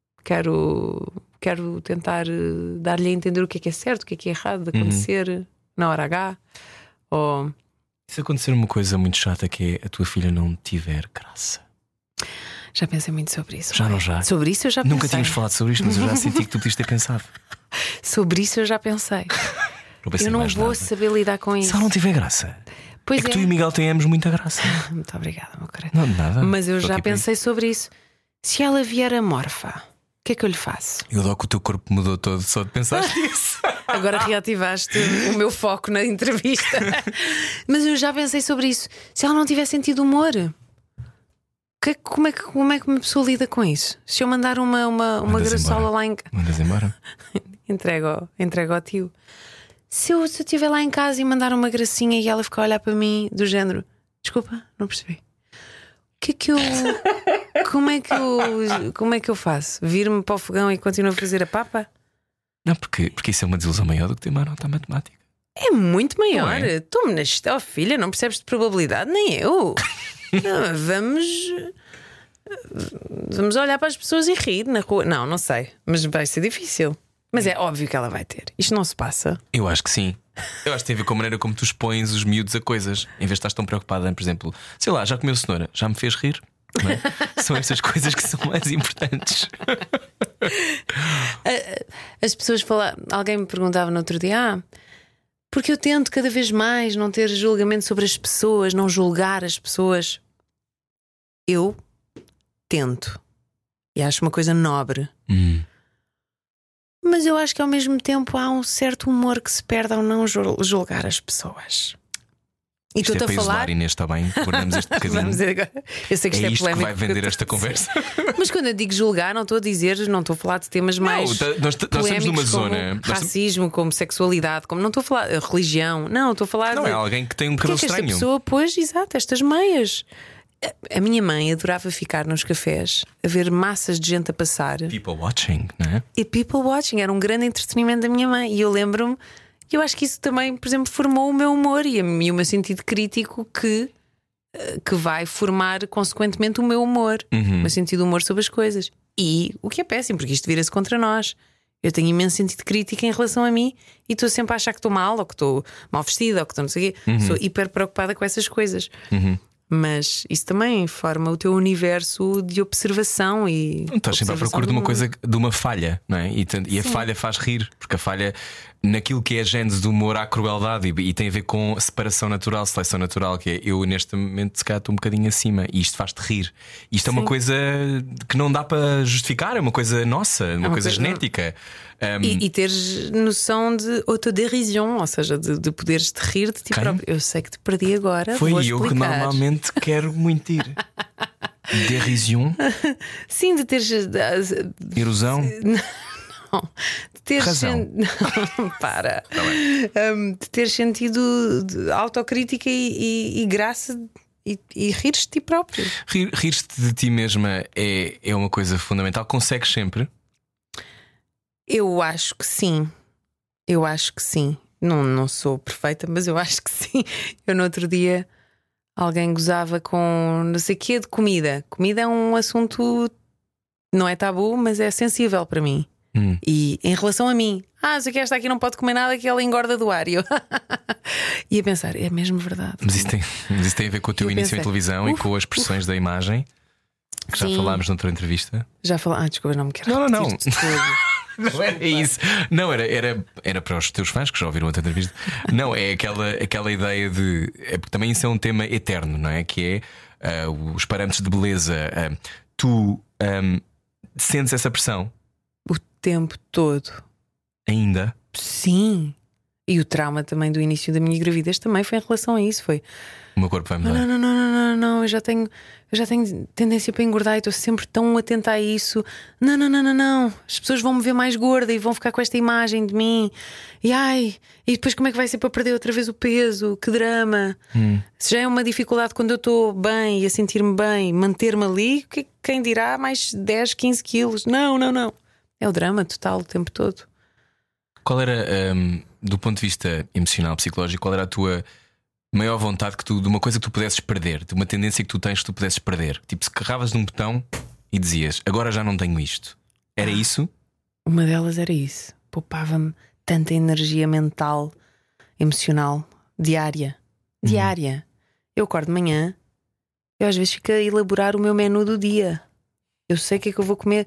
Quero tentar dar-lhe a entender o que é certo, o que é errado de acontecer na hora H. Ou... Se acontecer uma coisa muito chata, que é a tua filha não tiver graça. Já pensei muito sobre isso. Já não já? Sobre isso eu já pensei. Nunca tínhamos falado sobre isto, mas eu já senti que tu podias ter pensado. Sobre isso eu já pensei. Eu não vou saber lidar com isso. Se ela não tiver graça. Pois é que tu e o Miguel temos muita graça. Muito obrigada, meu querido. Não, nada. Mas eu já pensei sobre isso. Se ela vier amorfa, o que é que eu lhe faço? Eu dou que o teu corpo mudou todo só de pensar nisso. Agora reativaste o meu foco na entrevista. Mas eu já pensei sobre isso. Se ela não tiver sentido humor, como é que uma pessoa lida com isso? Se eu mandar uma graçola lá em casa. Mandas embora? Entrego ao tio. Se eu estiver lá em casa e mandar uma gracinha e ela ficar a olhar para mim do género, desculpa, não percebi. Como é que eu faço? Vir-me para o fogão e continuo a fazer a papa? Não, porque isso é uma desilusão maior do que ter uma nota matemática. É muito maior. Não é? Estou-me na filha, não percebes de probabilidade, nem eu. Não, vamos olhar para as pessoas e rir na rua. Não sei, mas vai ser difícil. Mas é óbvio que ela vai ter. Isto não se passa. Eu acho que sim. Eu acho que tem a ver com a maneira como tu expões os miúdos a coisas. Em vez de estás tão preocupada, por exemplo, sei lá, já comeu cenoura, já me fez rir. Não é? São estas coisas que são mais importantes. As pessoas alguém me perguntava no outro dia: porque eu tento cada vez mais não ter julgamento sobre as pessoas, não julgar as pessoas. Eu tento. E acho uma coisa nobre. Mas eu acho que ao mesmo tempo há um certo humor que se perde ao não julgar as pessoas. E isto estou-te é a falar. Inês, está bem? Guardamos este bocadinho. Vamos dizer agora. Eu sei que isto é isto polémico. Que vai vender esta conversa. Mas quando eu digo julgar, não estou a falar de temas mais. Nós estamos numa zona. Como racismo, como sexualidade, não estou a falar de religião. Não, estou a falar Não, de. é alguém que tem um cabelo estranho. Esta pessoa pôs, exato, estas meias. A minha mãe adorava ficar nos cafés a ver massas de gente a passar. People watching, não é? E people watching era um grande entretenimento da minha mãe. E eu lembro-me, eu acho que isso também, por exemplo, formou o meu humor e o meu sentido crítico que vai formar consequentemente o meu humor, o meu sentido de humor sobre as coisas. E o que é péssimo, porque isto vira-se contra nós. Eu tenho imenso sentido crítico em relação a mim e estou sempre a achar que estou mal, ou que estou mal vestida, ou que estou não sei o quê. Sou hiper preocupada com essas coisas. Mas isso também forma o teu universo de observação e. Estás sempre à procura de uma coisa, de uma falha, não é? E a falha faz rir, porque a falha, naquilo que é a gênese do humor, há crueldade e tem a ver com separação natural, seleção natural, que é eu neste momento se calhar estou um bocadinho acima e isto faz-te rir. Isto é uma coisa que não dá para justificar, é uma coisa nossa, uma coisa genética. E teres noção de autoderision, ou seja, de poderes te rir de ti próprio. Eu sei que te perdi agora. Foi vou eu explicar. que normalmente quero muito ir. Derision? Sim, de teres. Erosão? Não, de teres. Razão. Não, para. De teres sentido de autocrítica e graça e rires de ti próprio. Rir-te de ti mesma é uma coisa fundamental. Consegues sempre? Eu acho que sim. Eu acho que sim. Não sou perfeita, mas eu acho que sim. Eu no outro dia alguém gozava com não sei o quê de comida. Comida é um assunto, não é tabu, mas é sensível para mim. E em relação a mim, sei que esta aqui não pode comer nada, que ela engorda do ar. E eu e a pensar, é mesmo verdade. Mas isso tem a ver com o teu início em televisão e com as expressões da imagem que já falámos noutra entrevista. Já falámos. Desculpa, não me quero. Não. Não era isso. Não, era para os teus fãs que já ouviram outra entrevista. Não, é aquela ideia de. Porque também isso é um tema eterno, não é? Que é os parâmetros de beleza. Tu sentes essa pressão? O tempo todo. Ainda? Sim. E o trauma também do início da minha gravidez também foi em relação a isso. Foi. O meu corpo vai mudar. Não. não, eu já tenho tendência para engordar e estou sempre tão atenta a isso. Não, as pessoas vão me ver mais gorda e vão ficar com esta imagem de mim. E depois como é que vai ser para perder outra vez o peso? Que drama. Se já é uma dificuldade quando eu estou bem e a sentir-me bem, manter-me ali, quem dirá mais 10, 15 quilos? Não. É o drama total o tempo todo. Qual era, do ponto de vista emocional, psicológico, qual era a tua maior vontade de uma coisa que tu pudesses perder, de uma tendência que tu tens que tu pudesses perder? Tipo, se carregavas num botão e dizias, agora já não tenho isto. Era isso? Uma delas era isso. Poupava-me tanta energia mental, emocional, diária. Eu acordo de manhã, eu às vezes fico a elaborar o meu menu do dia. Eu sei o que é que eu vou comer,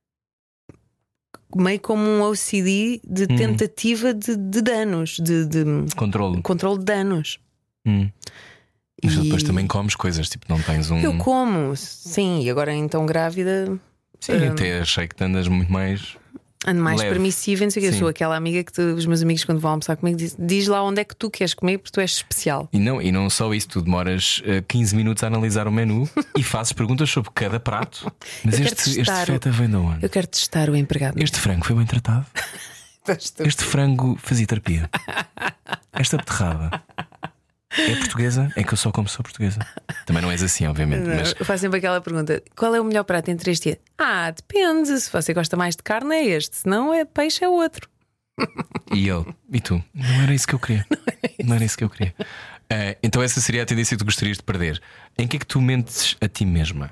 meio como um OCD de tentativa de danos, de controle de danos. Mas depois também comes coisas, tipo, não tens um. Eu como, sim, e agora então grávida. Sim, até achei que tu andas muito mais. Ando mais leve. Permissiva, não sei o que. Eu Sim. sou aquela amiga que os meus amigos, quando vão almoçar comigo, diz lá onde é que tu queres comer, porque tu és especial. E não só isso, tu demoras 15 minutos a analisar o menu e fazes perguntas sobre cada prato. Mas este feta vem de onde? Eu quero testar o empregado. Este frango foi bem tratado? Este frango fazia terapia? Esta beterraba é portuguesa? É que eu só como sou portuguesa. Também não és assim, obviamente. Não, mas... Eu faço sempre aquela pergunta: qual é o melhor prato entre este e? Depende. Se você gosta mais de carne, é este. Se não, é peixe, é outro. E ele, e tu? Não era isso que eu queria. Não era isso que eu queria. Então, essa seria a tendência que tu gostarias de perder. Em que é que tu mentes a ti mesma?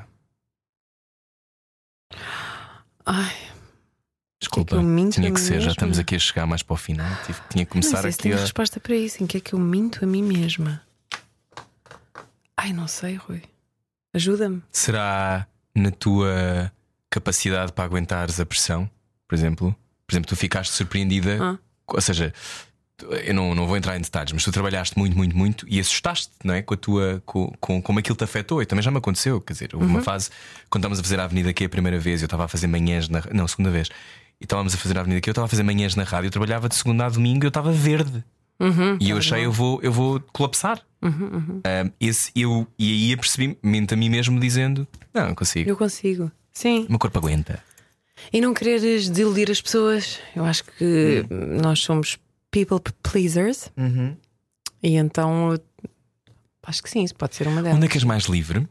Desculpa, tinha que ser. Já estamos aqui a chegar mais para o final. Tinha que começar não sei aqui. Se tenho resposta para isso. Em que é que eu minto a mim mesma? Não sei, Rui. Ajuda-me. Será na tua capacidade para aguentares a pressão, por exemplo? Por exemplo, tu ficaste surpreendida. Ou seja, eu não vou entrar em detalhes, mas tu trabalhaste muito e assustaste, não é? Com a tua, com como aquilo te afetou. E também já me aconteceu. Quer dizer, houve uma fase, quando estávamos a fazer a Avenida Q a primeira vez, eu estava a fazer manhãs segunda vez. E estávamos a fazer a Avenida Q, eu estava a fazer manhãs na rádio, eu trabalhava de segunda a domingo, eu estava verde. E eu achei, eu vou colapsar. E aí apercebi-me a mim mesmo dizendo: não, eu consigo. Eu consigo. Sim. O meu corpo aguenta. E não quereres desiludir as pessoas. Eu acho que nós somos people pleasers. E então acho que sim, isso pode ser uma delas. Onde é que és mais livre?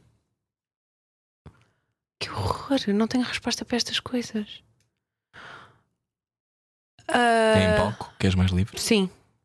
Que horror, eu não tenho resposta para estas coisas. É em palco que és mais livre? Sim.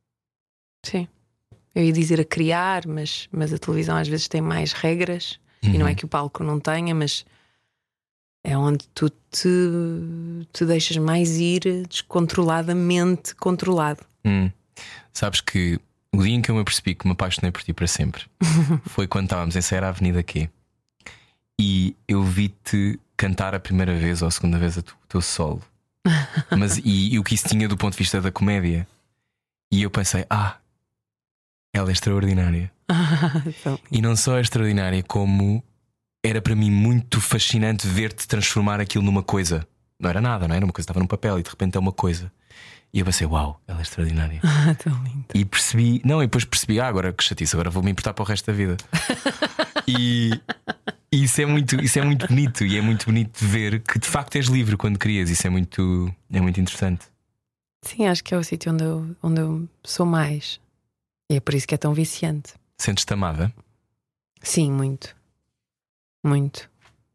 Eu ia dizer a criar, mas a televisão às vezes tem mais regras. E não é que o palco não tenha, mas é onde tu te deixas mais ir descontroladamente controlado. Sabes que o dia em que eu me apercebi que me apaixonei por ti para sempre foi quando estávamos a ensaiar a Avenida Q e eu vi-te cantar a primeira vez ou a segunda vez o teu solo. E o que isso tinha do ponto de vista da comédia. E eu pensei, ela é extraordinária. E não só é extraordinária, como era para mim muito fascinante ver-te transformar aquilo numa coisa. Não era nada, não era uma coisa, estava num papel e de repente é uma coisa. E eu pensei, uau, ela é extraordinária. Tão lindo. E percebi, e depois percebi, agora que chatice, agora vou-me importar para o resto da vida. E isso é muito bonito. E é muito bonito de ver que de facto és livre quando crias. Isso é muito interessante. Sim, acho que é o sítio onde eu sou mais. E é por isso que é tão viciante. Sentes-te amada? Sim, muito. Muito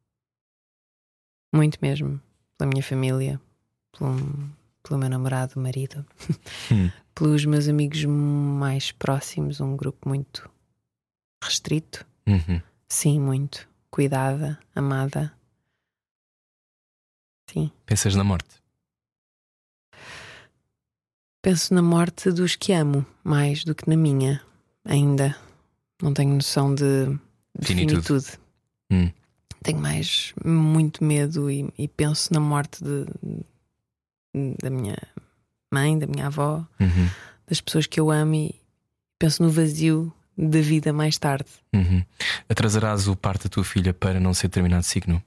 mesmo. Pela minha família, pelo meu namorado, marido, pelos meus amigos mais próximos, um grupo muito restrito. Sim, muito. Cuidada, amada. Sim. Pensas na morte? Penso na morte dos que amo mais do que na minha. Ainda não tenho noção de finitude. Tenho muito medo e penso na morte da minha mãe, da minha avó, das pessoas que eu amo, e penso no vazio da vida mais tarde. Atrasarás o parto da tua filha para não ser determinado signo?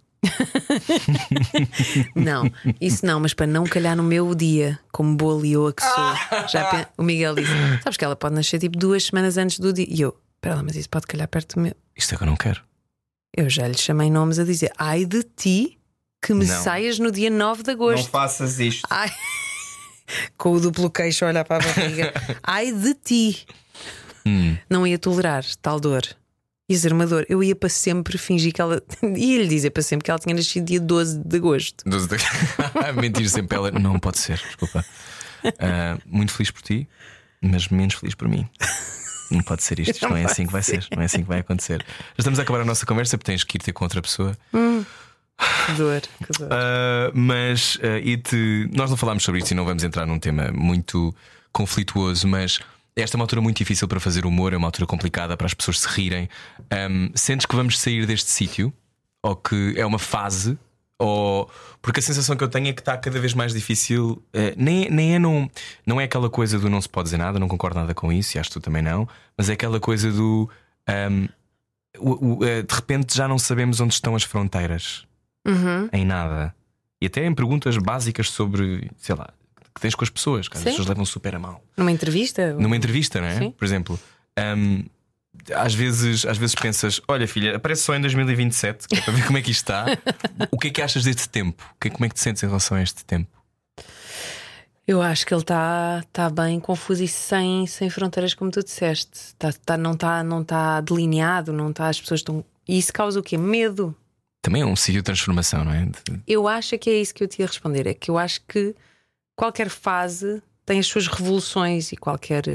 Não, isso não, mas para não calhar no meu dia, como boa leoa que sou. O Miguel disse: sabes que ela pode nascer tipo 2 semanas antes do dia. E eu: Espera lá, mas isso pode calhar perto do meu. Isto é que eu não quero. Eu já lhe chamei nomes a dizer: ai de ti que me Não. saias no dia 9 de agosto. Não faças isto. Ai. Com o duplo queixo a olhar para a barriga. Ai de ti. Não ia tolerar tal dor. Ia ser uma dor. Eu ia para sempre fingir que ela. Ia lhe dizer para sempre que ela tinha nascido dia 12 de agosto. 12 de... Mentir sempre ela. Não pode ser, desculpa. Muito feliz por ti, mas menos feliz por mim. Não pode ser isto. Isto não é assim que vai ser. Não é assim que vai acontecer. Já estamos a acabar a nossa conversa porque tens que ir ter com outra pessoa. Que dor. Mas nós não falámos sobre isto e não vamos entrar num tema muito conflituoso, mas esta é uma altura muito difícil para fazer humor, é uma altura complicada para as pessoas se rirem. Sentes que vamos sair deste sítio? Ou que é uma fase? Ou... Porque a sensação que eu tenho é que está cada vez mais difícil. Não é aquela coisa do não se pode dizer nada, não concordo nada com isso, e acho que tu também não. Mas é aquela coisa do de repente já não sabemos onde estão as fronteiras. Em nada. E até em perguntas básicas sobre, sei lá, que tens com as pessoas, que as pessoas levam super a mal. Numa entrevista? Numa entrevista, não é? Sim. Por exemplo, às vezes pensas: olha, filha, aparece só em 2027, que é para ver como é que isto está. O que é que achas deste tempo? Como é que te sentes em relação a este tempo? Eu acho que ele está bem confuso e sem fronteiras, como tu disseste. Não está delineado, não está, as pessoas estão. E isso causa o quê? Medo. Também é um sítio de transformação, não é? Eu acho que é isso que eu te ia responder. É que eu acho que qualquer fase tem as suas revoluções e qualquer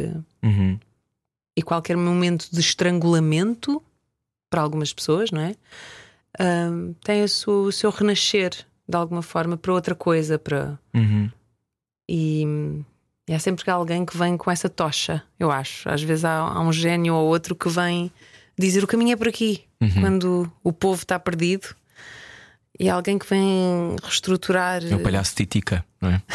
momento de estrangulamento para algumas pessoas, não é? Tem o seu renascer de alguma forma para outra coisa, para... E há sempre alguém que vem com essa tocha, eu acho. Às vezes há um gênio ou outro que vem dizer: o caminho é por aqui, quando o povo está perdido. E há alguém que vem reestruturar. É o palhaço Titica, não é?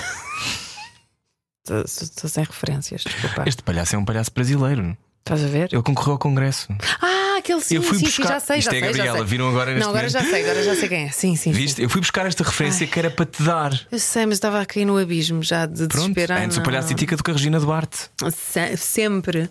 Estou sem referências, desculpa. Este palhaço é um palhaço brasileiro. Estás a ver? Ele concorreu ao congresso. Aquele sim, Eu fui sim, buscar... já sei. Isto já é sei, Gabriela, já sei. viram agora neste Não, agora já sei quem é. Sim. Viste? Eu fui buscar esta referência que era para te dar. Eu sei, mas estava a cair no abismo já de desesperar. Antes o palhaço Titica do que a Regina Duarte. Sempre.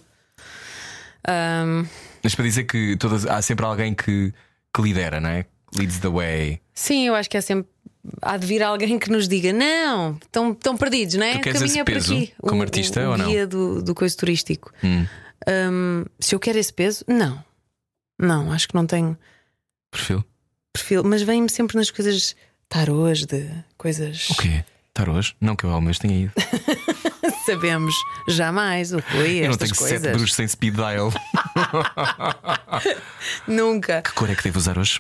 Mas para dizer que há sempre alguém que lidera, não é? Leads the way. Sim, eu acho que há de vir alguém que nos diga: não, estão perdidos, não é? Tu queres caminho esse peso por aqui. como artista ou não? O guia do coisa turístico. Se eu quero esse peso, não, acho que não tenho perfil, mas vem-me sempre nas coisas tarôs, de coisas. O quê? Tarôs? Não que eu ao menos tenha ido. Sabemos, jamais o Rui. Eu não estas tenho coisas. 7 bruxos sem speed dial. Nunca. Que cor é que devo usar hoje?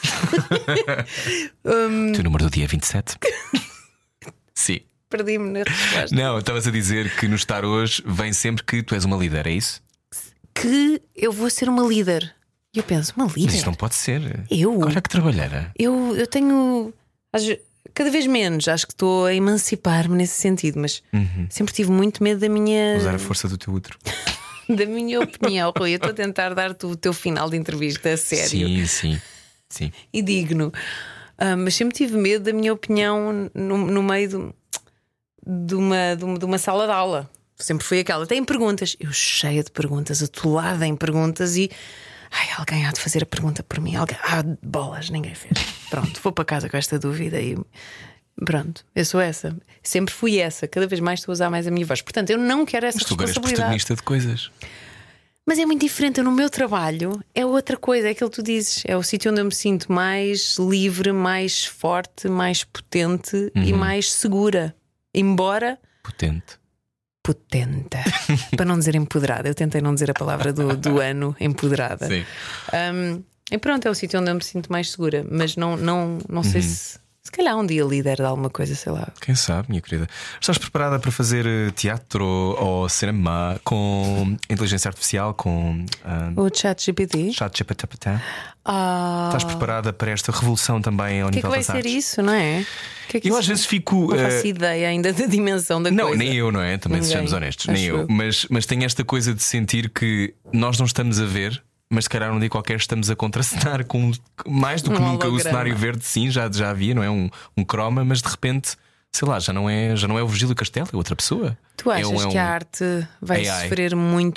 O teu número do dia é 27. Sim. Perdi-me na resposta. Não, estavas a dizer que nos tarôs vem sempre que tu és uma líder, é isso? Que eu vou ser uma líder. E eu penso: uma líder? Mas isto não pode ser. Eu? Olha que trabalhara. Eu tenho. Cada vez menos, acho que estou a emancipar-me nesse sentido, mas sempre tive muito medo da minha. Usar a força do teu útero. Da minha opinião, Rui. Eu estou a tentar dar-te o teu final de entrevista a sério. Sim. E digno. Mas sempre tive medo da minha opinião no meio de uma sala de aula. Sempre fui aquela: tem perguntas. Eu cheia de perguntas, atolada em perguntas e. Alguém há de fazer a pergunta por mim. Bolas, ninguém fez. Pronto, vou para casa com esta dúvida e pronto, eu sou essa. Sempre fui essa. Cada vez mais estou a usar mais a minha voz. Portanto, eu não quero essa responsabilidade. Tu agora és protagonista de coisas. Mas é muito diferente. Eu, no meu trabalho, é outra coisa. É aquilo que tu dizes. É o sítio onde eu me sinto mais livre, mais forte, mais potente e mais segura. Embora potente, para não dizer empoderada. Eu tentei não dizer a palavra do ano, empoderada. Sim. E pronto, é o sítio onde eu me sinto mais segura. Mas não sei se calhar um dia líder de alguma coisa, sei lá. Quem sabe, minha querida. Estás preparada para fazer teatro ou cinema com inteligência artificial, com o ChatGPT? Estás preparada para esta revolução também ao nível das artes? O que é que vai ser isso, não é? Eu às vezes fico. Não faço ideia ainda da dimensão da coisa. Não, nem eu, não é? Também sejamos honestos, nem eu. Mas tenho esta coisa de sentir que nós não estamos a ver, mas se calhar um dia qualquer estamos a contracenar com mais do que nunca holograma. O cenário verde, sim, já havia, não é? Um croma, mas de repente, sei lá, já não é o Virgílio Castelo, é outra pessoa. Tu achas que a arte vai AI. sofrer muito?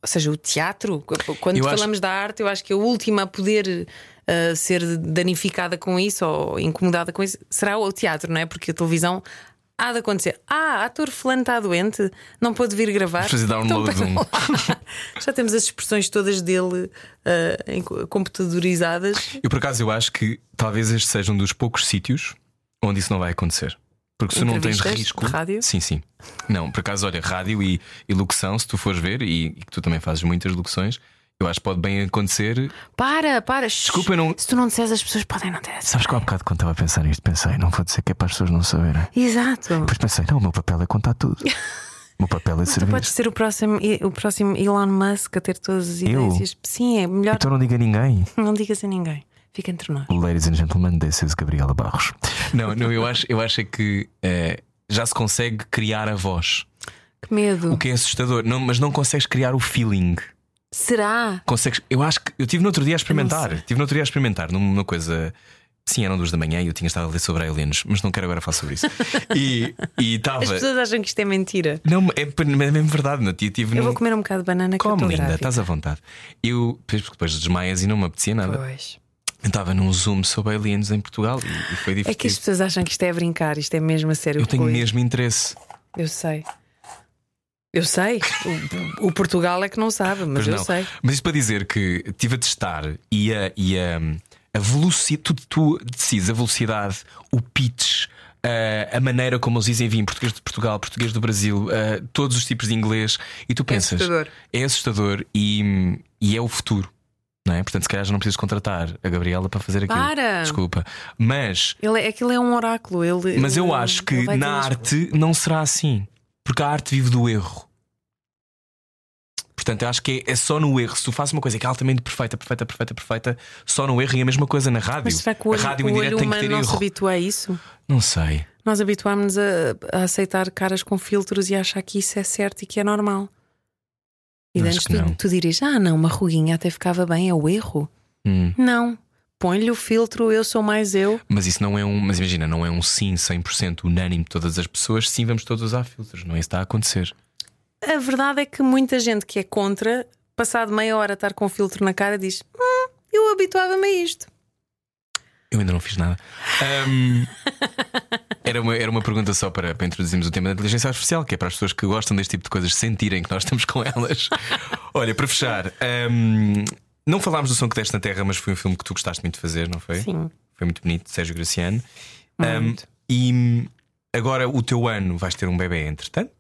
Ou seja, o teatro, quando Eu falamos da arte, eu acho que a última a poder ser danificada com isso ou incomodada com isso será o teatro, não é? Porque a televisão há de acontecer. Ator fulano está doente, não pôde vir gravar. Fazer download Já temos as expressões todas dele computadorizadas. Eu por acaso eu acho que talvez este seja um dos poucos sítios onde isso não vai acontecer. Porque se não tens risco. Rádio? Sim. Não, por acaso, olha, rádio e locução, se tu fores ver, e que tu também fazes muitas locuções, eu acho que pode bem acontecer. Para. Desculpa, não. Se tu não disseres, as pessoas podem não ter essa. Sabes que há bocado, quando estava a pensar nisto, pensei, não vou dizer que é para as pessoas não saberem. Exato. Depois pensei, não, o meu papel é contar tudo. O meu papel é servir. Tu podes ser o próximo Elon Musk a ter todas as ideias. Sim, é melhor. Então não diga a ninguém. Não digas a ninguém. Fica entre nós. Ladies and gentlemen, this is Gabriela Barros. Não, eu acho que já se consegue criar a voz. Que medo. O que é assustador, mas não consegues criar o feeling. Será? Consegues? Eu acho que eu estive no outro dia a experimentar. Numa coisa. Sim, eram 2 da manhã e eu tinha estado a ler sobre aliens, mas não quero agora falar sobre isso. E estava. As pessoas acham que isto é mentira. Não, é mesmo verdade. Não? Eu vou comer um bocado de banana que eu estou linda, grávida. estás à vontade. Depois desmaias e não me apetecia nada. Pois. Eu estava num Zoom sobre aliens em Portugal e foi divertido. É que as pessoas acham que isto é a brincar, isto é mesmo a sério. Eu tenho mesmo interesse. Eu sei. O Portugal é que não sabe, mas eu sei. Mas isto para dizer que estive a testar e a velocidade, tu decides a velocidade, o pitch, a maneira como eles dizem vir português de Portugal, português do Brasil, todos os tipos de inglês, e tu pensas, é assustador e é o futuro. Não é? Portanto, se calhar já não precisas contratar a Gabriela para fazer aquilo. Desculpa. Mas aquilo é um oráculo. Mas eu acho que na arte não será assim. Porque a arte vive do erro. Portanto, eu acho que é só no erro. Se tu fazes uma coisa que é altamente perfeita, só no erro, e a mesma coisa na rádio. Mas será que o a rádio em direto tem que ter erro. Não se habitua a isso? Não sei. Nós habituámos-nos a aceitar caras com filtros e a achar que isso é certo e que é normal. E antes tu dirias, não, uma ruguinha até ficava bem, é o erro. Não, põe-lhe o filtro, eu sou mais eu. Mas isso não é mas imagina, não é um sim 100% unânime de todas as pessoas. Sim, vamos todos usar filtros, não é isso que está a acontecer. A verdade é que muita gente que é contra, passado meia hora a estar com o filtro na cara, diz, eu habituava-me a isto. Eu ainda não fiz nada. Era uma pergunta só para introduzirmos o tema da inteligência artificial, que é para as pessoas que gostam deste tipo de coisas sentirem que nós estamos com elas. Olha, para fechar, não falámos do Som que Deste na Terra, mas foi um filme que tu gostaste muito de fazer, não foi? Sim. Foi muito bonito, Sérgio Graciano. Muito. E agora o teu ano vais ter um bebê entretanto.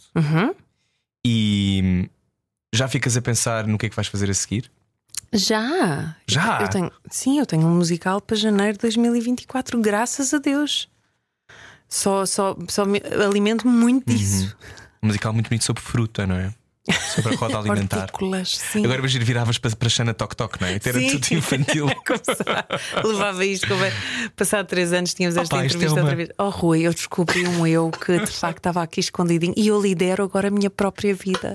E já ficas a pensar no que é que vais fazer a seguir? Já? Já? Eu tenho um musical para janeiro de 2024, graças a Deus. Só me alimento muito disso. Um musical muito bonito sobre fruta, não é? Sobre a roda alimentar. Sim. Agora imagina, viravas para Xana Toc Toc, não é? Era tudo infantil. Levava isto, passado 3 anos tínhamos esta entrevista outra vez. Oh Rui, eu descobri um eu que de facto estava aqui escondidinho e eu lidero agora a minha própria vida.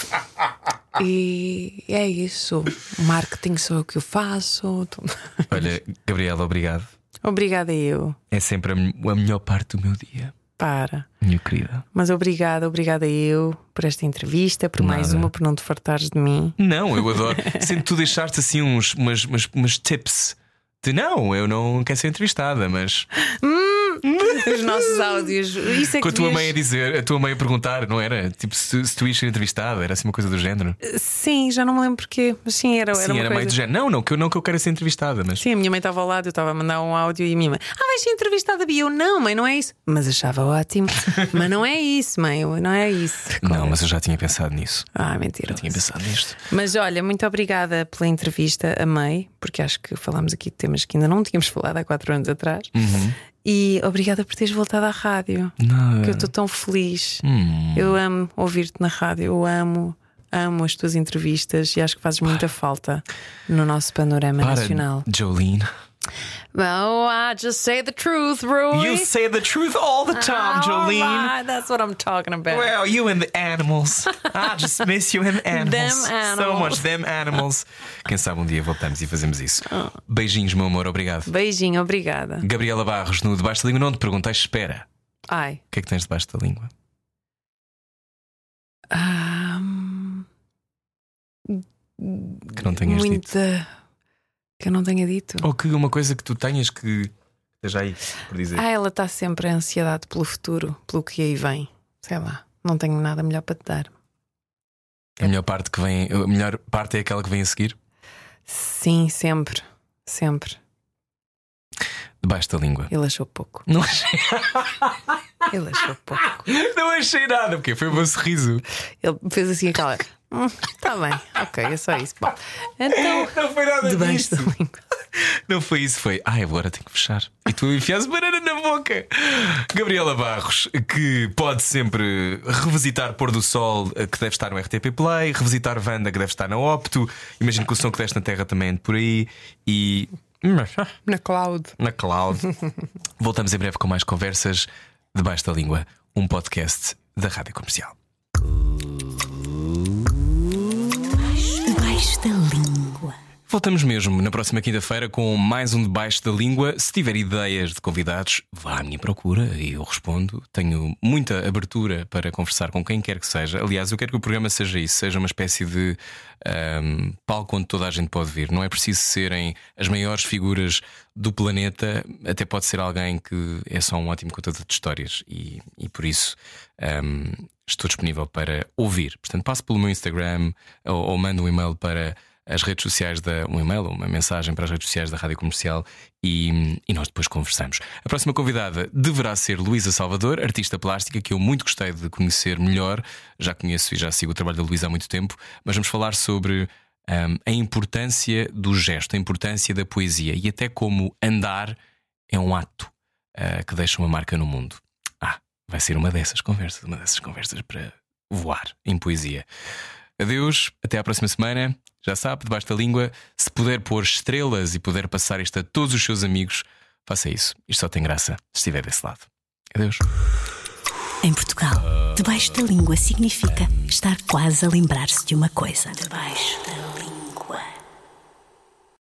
E é isso. Marketing sou eu que eu faço. Olha, Gabriela, obrigado. Obrigada eu. É sempre a melhor parte do meu dia. Para. Minha querida. Mas obrigada eu por esta entrevista, por mais uma, por não te fartares de mim. Não, eu adoro. Sempre tu deixaste assim umas tips de não, eu não quero ser entrevistada, mas. Os nossos áudios. Isso é com que a tua mãe a dizer, a tua mãe a perguntar, não era? Tipo, se tu ias ser entrevistada, era assim uma coisa do género. Sim, já não me lembro porquê. Mas sim, era uma coisa... meio do género. Não, que eu quero ser entrevistada. Mas... Sim, a minha mãe estava ao lado, eu estava a mandar um áudio e a minha mãe, vais ser entrevistada, Bia? Eu, não, mãe, não é isso. Mas achava ótimo. Mas não é isso, mãe, não é isso. Não, mas eu já tinha pensado nisso. Mentira. Já tinha pensado nisto. Mas olha, muito obrigada pela entrevista, amei, porque acho que falámos aqui de temas que ainda não tínhamos falado há 4 anos atrás. E obrigada por teres voltado à rádio. Que eu estou tão feliz. Eu amo ouvir-te na rádio. Eu amo as tuas entrevistas e acho que fazes muita falta no nosso panorama nacional. Jolene. Well, I just say the truth, Roy. You say the truth all the time, Jolene. Right, that's what I'm talking about. Well, you and the animals. I just miss you and the animals. Them animals. So much, them animals. Quem sabe um dia voltamos e fazemos isso. Beijinhos, meu amor, obrigado. Beijinho, obrigada. Gabriela Barros, no Debaixo da Língua, não te perguntei, espera. Ai. O que é que tens debaixo da língua? que não tenhas dito. Que eu não tenha dito. Ou que uma coisa que tu tenhas que esteja aí por dizer. Ela está sempre a ansiedade pelo futuro, pelo que aí vem. Sei lá, não tenho nada melhor para te dar. A melhor parte é aquela que vem a seguir? Sim, sempre. Sempre. Debaixo da língua. Ele achou pouco. Não achei. Ele achou pouco. Não achei nada, porque foi o meu sorriso. Ele fez assim aquela. Está bem, ok, é só isso. Bom, então, não foi nada debaixo disso. da língua. Não foi isso, foi. Agora tenho que fechar. E tu enfias banana na boca. Gabriela Barros, que pode sempre revisitar Pôr do Sol, que deve estar no RTP Play, revisitar Wanda, que deve estar na Opto. Imagino que o Som que Deste na Terra também ande por aí. E. Na cloud. Na cloud. Voltamos em breve com mais conversas. Debaixo da Língua, um podcast da Rádio Comercial. Debaixo da Língua. Voltamos mesmo na próxima quinta-feira com mais um Debaixo da Língua. Se tiver ideias de convidados, vá à minha procura e eu respondo. Tenho muita abertura para conversar com quem quer que seja. Aliás, eu quero que o programa seja isso, seja uma espécie de palco onde toda a gente pode vir. Não é preciso serem as maiores figuras do planeta, até pode ser alguém que é só um ótimo contador de histórias. E por isso estou disponível para ouvir. Portanto, passe pelo meu Instagram ou mando um e-mail para as redes sociais um e-mail ou uma mensagem para as redes sociais da Rádio Comercial e nós depois conversamos. A próxima convidada deverá ser Luísa Salvador, artista plástica, que eu muito gostei de conhecer melhor. Já conheço e já sigo o trabalho da Luísa há muito tempo, mas vamos falar sobre a importância do gesto, a importância da poesia e até como andar é um ato que deixa uma marca no mundo. Vai ser uma dessas conversas para voar em poesia. Adeus, até à próxima semana. Já sabe, Debaixo da Língua. Se puder pôr estrelas e puder passar isto a todos os seus amigos, faça isso. Isto só tem graça se estiver desse lado. Adeus. Em Portugal, Debaixo da Língua significa estar quase a lembrar-se de uma coisa. Debaixo da língua.